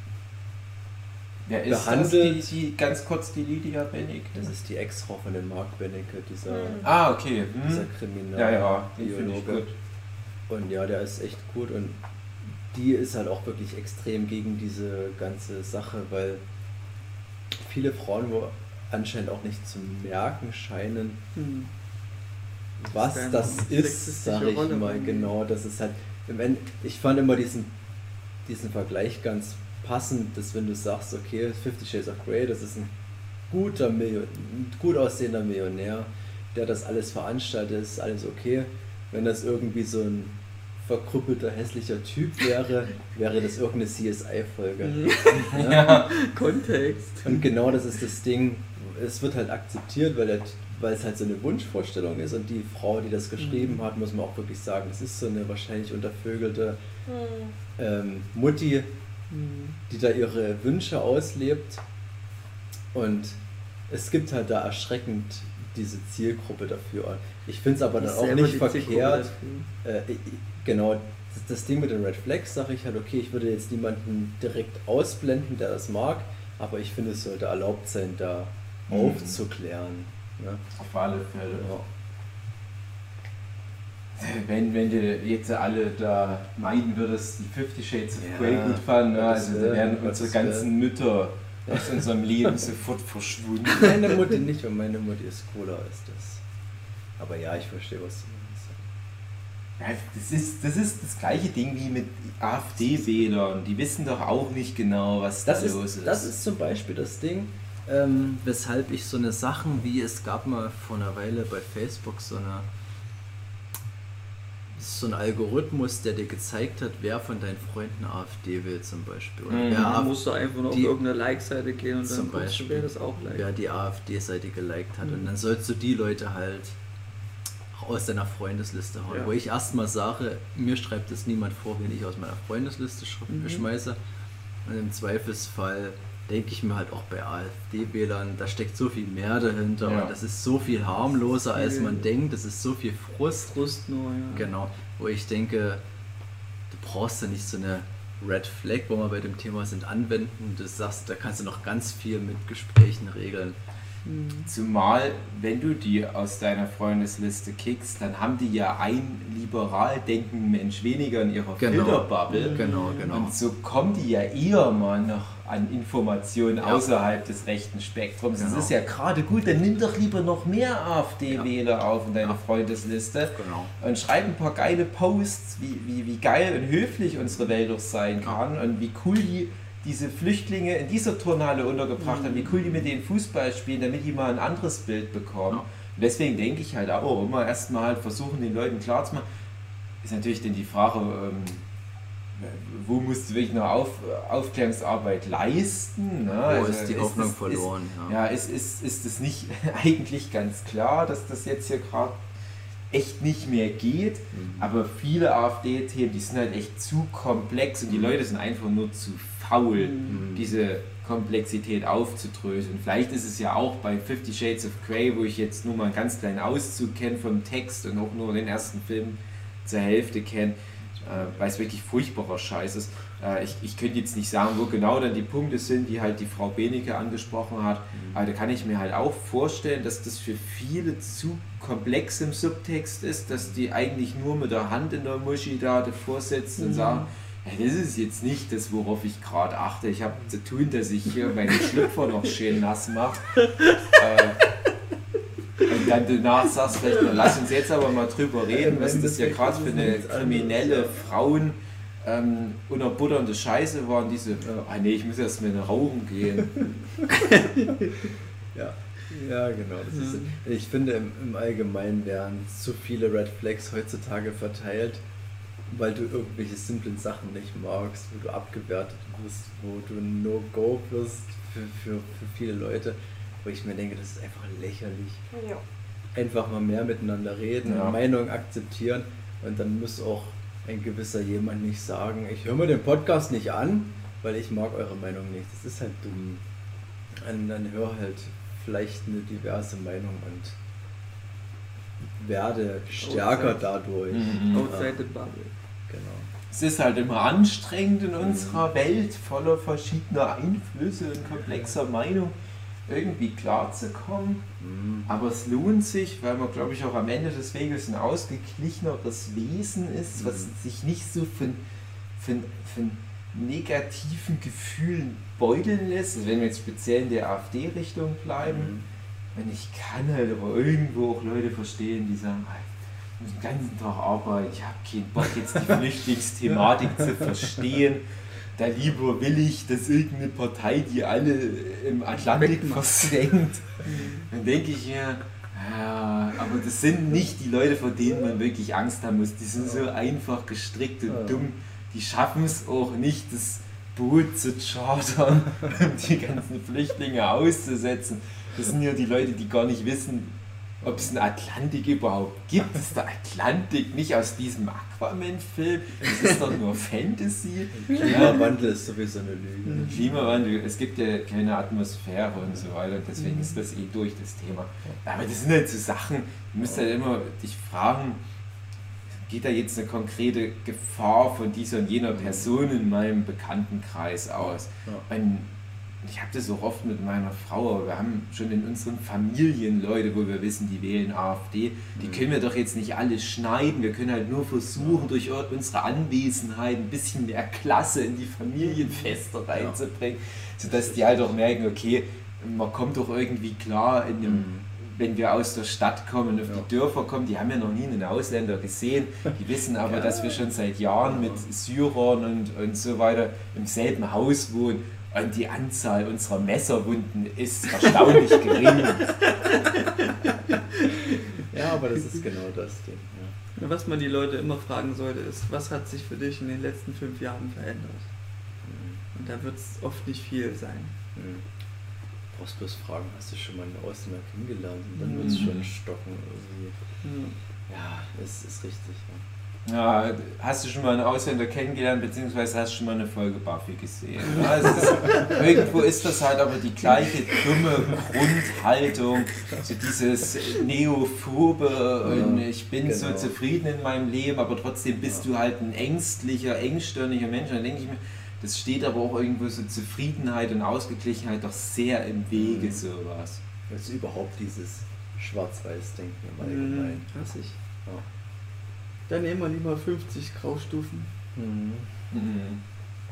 Wer ist behandelt- das, die, die, ganz kurz die Lydia Benecke? Das ist die Ex-Frau von dem Mark Benecke, dieser, Ah, okay. dieser Hm. Kriminal. Ja, ja, den finde ich Biologe. gut. Und ja, der ist echt gut und die ist halt auch wirklich extrem gegen diese ganze Sache, weil viele Frauen wo anscheinend auch nicht zu merken scheinen, Mhm. was Das ist das eine ist, sexistische sage ich Rolle mal, irgendwie. genau, das ist halt, im Ende, ich fand immer diesen, diesen Vergleich ganz passend, dass wenn du sagst, okay, Fifty Shades of Grey, das ist ein guter Million, ein gut aussehender Millionär, der das alles veranstaltet, ist alles okay. Wenn das irgendwie so ein verkrüppelter, hässlicher Typ wäre, wäre das irgendeine C S I-Folge. Mhm. Ja. Kontext. Und genau das ist das Ding, es wird halt akzeptiert, weil, der, weil es halt so eine Wunschvorstellung ist und die Frau, die das geschrieben Mhm. hat, muss man auch wirklich sagen, das ist so eine wahrscheinlich untervögelte ähm, Mutti, Mhm. die da ihre Wünsche auslebt und es gibt halt da erschreckend diese Zielgruppe dafür. Ich finde es aber dann Ist auch selber nicht die Zielgruppe verkehrt, dafür. äh, genau, das, das Ding mit den Red Flags sage ich halt, okay, ich würde jetzt niemanden direkt ausblenden, der das mag, aber ich finde, es sollte erlaubt sein, da Mhm. aufzuklären. Ne? Auf alle Fälle. Ja. Wenn, wenn du jetzt alle da meiden würdest, die Fifty Shades of Ja, Grey gut fanden, ne? Gottes Also da Willen, wären Gottes unsere ganzen Mütter aus unserem Leben sofort verschwunden. Meine Mutti nicht, weil meine Mutti ist cooler als das. Aber ja, ich verstehe, was du meinst. Ja, das, ist, das ist das gleiche Ding wie mit AfD-Wählern. Die wissen doch auch nicht genau, was Das da ist, los ist. das ist zum Beispiel das Ding. Ähm, Weshalb ich so eine Sachen wie, es gab mal vor einer Weile bei Facebook so eine so ein Algorithmus, der dir gezeigt hat, wer von deinen Freunden AfD will zum Beispiel. Oder Mhm. wer, Da AfD, musst du einfach nur auf die- irgendeine Like-Seite gehen und Zum dann guckst du, Beispiel. wer das auch liked. wer die AfD-Seite geliked hat. Mhm. Und dann sollst du die Leute halt auch aus deiner Freundesliste hauen. Ja. Wo ich erstmal sage, mir schreibt es niemand vor, wen ich aus meiner Freundesliste sch Mhm. schmeiße. Und im Zweifelsfall denke ich mir halt auch bei AfD-Wählern, da steckt so viel mehr dahinter Ja. und das ist so viel harmloser, als Viel- man denkt. Das ist so viel Frust. Frust nur, ja. Genau, wo ich denke, du brauchst ja nicht so eine Red Flag, wo wir bei dem Thema sind, anwenden. Du sagst, da kannst du noch ganz viel mit Gesprächen regeln. Mhm. Zumal, wenn du die aus deiner Freundesliste kickst, dann haben die ja einen liberal denkenden Mensch weniger in ihrer Genau. Filterbubble. Genau, genau. Und so kommen die ja eher mal noch an Informationen Ja. außerhalb des rechten Spektrums. Das Genau. ist ja gerade gut, dann nimm doch lieber noch mehr AfD-Wähler auf in deine Ja. Freundesliste Genau. und schreib ein paar geile Posts, wie, wie, wie geil und höflich unsere Welt doch sein kann und wie cool die diese Flüchtlinge in dieser Turnhalle untergebracht haben, wie cool die mit denen Fußball spielen, damit die mal ein anderes Bild bekommen. Ja. Und deswegen denke ich halt auch immer erstmal halt versuchen, den Leuten klarzumachen, ist natürlich dann die Frage, ähm, wo musst du wirklich noch Auf, Aufklärungsarbeit leisten? Ne? Wo Also ist die Hoffnung das- verloren? Ist, ja, ist, ist, ist es nicht eigentlich ganz klar, dass das jetzt hier gerade echt nicht mehr geht, Mhm. aber viele AfD-Themen, die sind halt echt zu komplex und die Leute sind einfach nur zu faul, Mhm. diese Komplexität aufzudröseln. Vielleicht ist es ja auch bei Fifty Shades of Grey, wo ich jetzt nur mal einen ganz kleinen Auszug kenne vom Text und auch nur den ersten Film zur Hälfte kenne, äh, weil es wirklich furchtbarer Scheiß ist. Äh, ich, ich könnte jetzt nicht sagen, wo genau dann die Punkte sind, die halt die Frau Benecke angesprochen hat, aber da kann ich mir halt auch vorstellen, dass das für viele zu komplex im Subtext ist, dass die eigentlich nur mit der Hand in der Muschi da davor sitzen und Mhm. sagen, ja, das ist jetzt nicht das, worauf ich gerade achte. Ich habe zu tun, dass ich hier meinen Schlüpfer noch schön nass mache. äh, und dann danach sagst du vielleicht, na, lass uns jetzt aber mal drüber reden, was das ja gerade für eine kriminelle Frauen ähm, unterbutternde Scheiße waren, diese, ah nee, ich muss erst mal rauchen gehen. Ja, ja, genau. Das ist, ich finde, im, im Allgemeinen werden zu viele Red Flags heutzutage verteilt, weil du irgendwelche simplen Sachen nicht magst, wo du abgewertet wirst, wo du No-Go wirst für, für, für viele Leute, wo ich mir denke, das ist einfach lächerlich. Ja. Einfach mal mehr miteinander reden, Ja. Meinung akzeptieren und dann muss auch ein gewisser jemand nicht sagen, ich höre mir den Podcast nicht an, weil ich mag eure Meinung nicht. Das ist halt dumm. Und dann hör halt vielleicht eine diverse Meinung und werde stärker dadurch. Mhm. Outside the bubble. Genau. Es ist halt immer anstrengend in unserer Welt voller verschiedener Einflüsse und komplexer Meinung irgendwie klarzukommen. Mhm. Aber es lohnt sich, weil man, glaube ich, auch am Ende des Weges ein ausgeglicheneres Wesen ist, was Mhm. sich nicht so von, von, von negativen Gefühlen beuteln lässt. Also wenn wir jetzt speziell in der AfD-Richtung bleiben. Mhm. Und ich kann halt aber irgendwo auch Leute verstehen, die sagen, "Ey, ich muss den ganzen Tag arbeiten, ich habe keinen Bock jetzt die Flüchtlingsthematik zu verstehen. Da lieber will ich, dass irgendeine Partei die alle im Atlantik Wegmacht." versenkt. Dann denke ich mir, ja, aber das sind nicht die Leute, vor denen man wirklich Angst haben muss. Die sind so einfach gestrickt und Ja. dumm. Die schaffen es auch nicht, das Boot zu chartern und die ganzen Flüchtlinge auszusetzen. Das sind ja die Leute, die gar nicht wissen, ob es einen Atlantik überhaupt gibt. Ist der Atlantik nicht aus diesem Aquaman-Film? Das ist doch nur Fantasy. Klimawandel ist sowieso eine Lüge. Klimawandel, es gibt ja keine Atmosphäre und so weiter, und deswegen ist das eh durch das Thema. Aber das sind halt so Sachen, du musst halt immer dich fragen, geht da jetzt eine konkrete Gefahr von dieser und jener Person in meinem Bekanntenkreis aus? Ja. Und ich habe das auch oft mit meiner Frau, aber wir haben schon in unseren Familien Leute, wo wir wissen, die wählen AfD, die Mhm. können wir doch jetzt nicht alle schneiden, wir können halt nur versuchen, durch unsere Anwesenheit ein bisschen mehr Klasse in die Familienfeste reinzubringen, sodass die halt auch merken, okay, man kommt doch irgendwie klar, in dem, Mhm. wenn wir aus der Stadt kommen und auf Ja. die Dörfer kommen, die haben ja noch nie einen Ausländer gesehen, die wissen aber, Ja. dass wir schon seit Jahren mit Syrern und, und so weiter im selben Haus wohnen. Und die Anzahl unserer Messerwunden ist erstaunlich gering. Ja, aber das ist genau das Ding. Ja. Was man die Leute immer fragen sollte, ist, was hat sich für dich in den letzten fünf Jahren verändert? Und da wird es oft nicht viel sein. Mhm. Du brauchst bloß fragen, hast du schon mal einen Ausländer kennengelernt? Und dann wird Mhm. es schon stocken irgendwie. Ja. Ja, es ist richtig. Ja. Ja, hast du schon mal einen Ausländer kennengelernt, beziehungsweise hast du schon mal eine Folge Buffy gesehen? Ja, es ist, irgendwo ist das halt aber die gleiche dumme Grundhaltung, so dieses Neophobe und ich bin so genau. zufrieden in meinem Leben, aber trotzdem bist Ja. du halt ein ängstlicher, engstirniger Mensch. Und dann denke ich mir, das steht aber auch irgendwo so Zufriedenheit und Ausgeglichenheit doch sehr im Wege, Mhm. sowas. Also überhaupt dieses Schwarz-Weiß-Denken im Allgemeinen. Mhm, hasse ich. Ja. Dann nehmen wir lieber fünfzig Graustufen. Mhm. Mhm.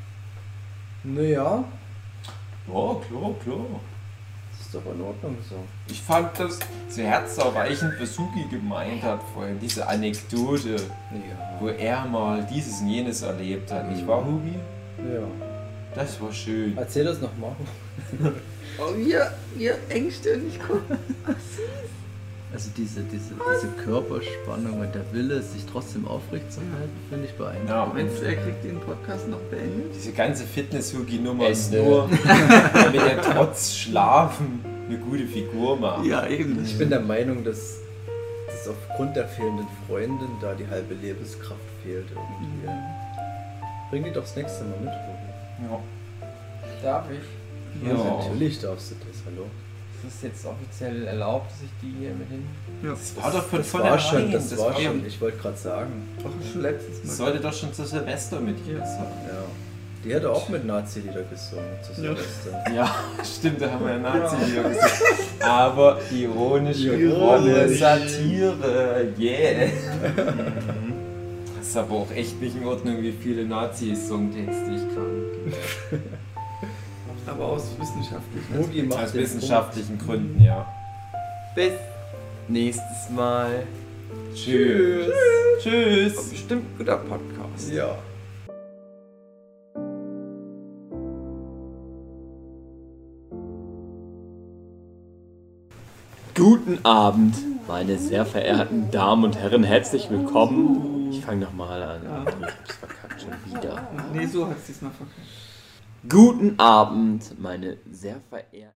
Naja, Ja, klar, klar. das ist doch in Ordnung so. Ich fand das sehr herzerweichend, was Suki gemeint hat vorhin, diese Anekdote, Ja. wo er mal dieses und jenes erlebt hat. Nicht wahr, Hugi? Ja. Das war schön. Erzähl das nochmal. Oh, ihr, ihr engstirnig gucken. Also diese, diese, diese Körperspannung und der Wille, sich trotzdem aufrecht zu halten, finde ich beeindruckend. Ja, Meinst du, er kriegt den Podcast noch beendet? Diese ganze Fitness-Hugi-Nummer ist Ende. nur, damit er trotz Schlafen eine gute Figur macht. Ja, eben. Ich bin der Meinung, dass, dass aufgrund der fehlenden Freundin da die halbe Lebenskraft fehlt irgendwie. Bring die doch das nächste Mal mit, Robi. Ja. Darf ich? Ja. Natürlich darfst du das, hallo. Ist es jetzt offiziell erlaubt, dass ich die hier mit hin... Das war doch von Das war schon, vornherein. das war war schon, ich wollte gerade sagen. Auch schon letztes Mal. Das sollte doch schon zu Silvester mit hier sein. Ja. Die hätte auch mit Nazi-Lieder gesungen zu Ja. Silvester. Ja, stimmt, da haben wir ja Nazi-Lieder gesagt. Aber ironische Ironisch. Satire, yeah. Das ist aber auch echt nicht in Ordnung, wie viele Nazi-Songtexte ich kann. Aber aus wissenschaftlichen Robi macht Aus den wissenschaftlichen Gründen, ja. Bis nächstes Mal. Tschüss. Tschüss. Bestimmt ein guter Podcast. Punkt. Ja. Guten Abend, meine sehr verehrten Damen und Herren, herzlich willkommen. Ich fange nochmal an. Ja. Ich hab's verkackt schon wieder. Nee, so hat es diesmal verkauft. Guten Abend, meine sehr verehrten...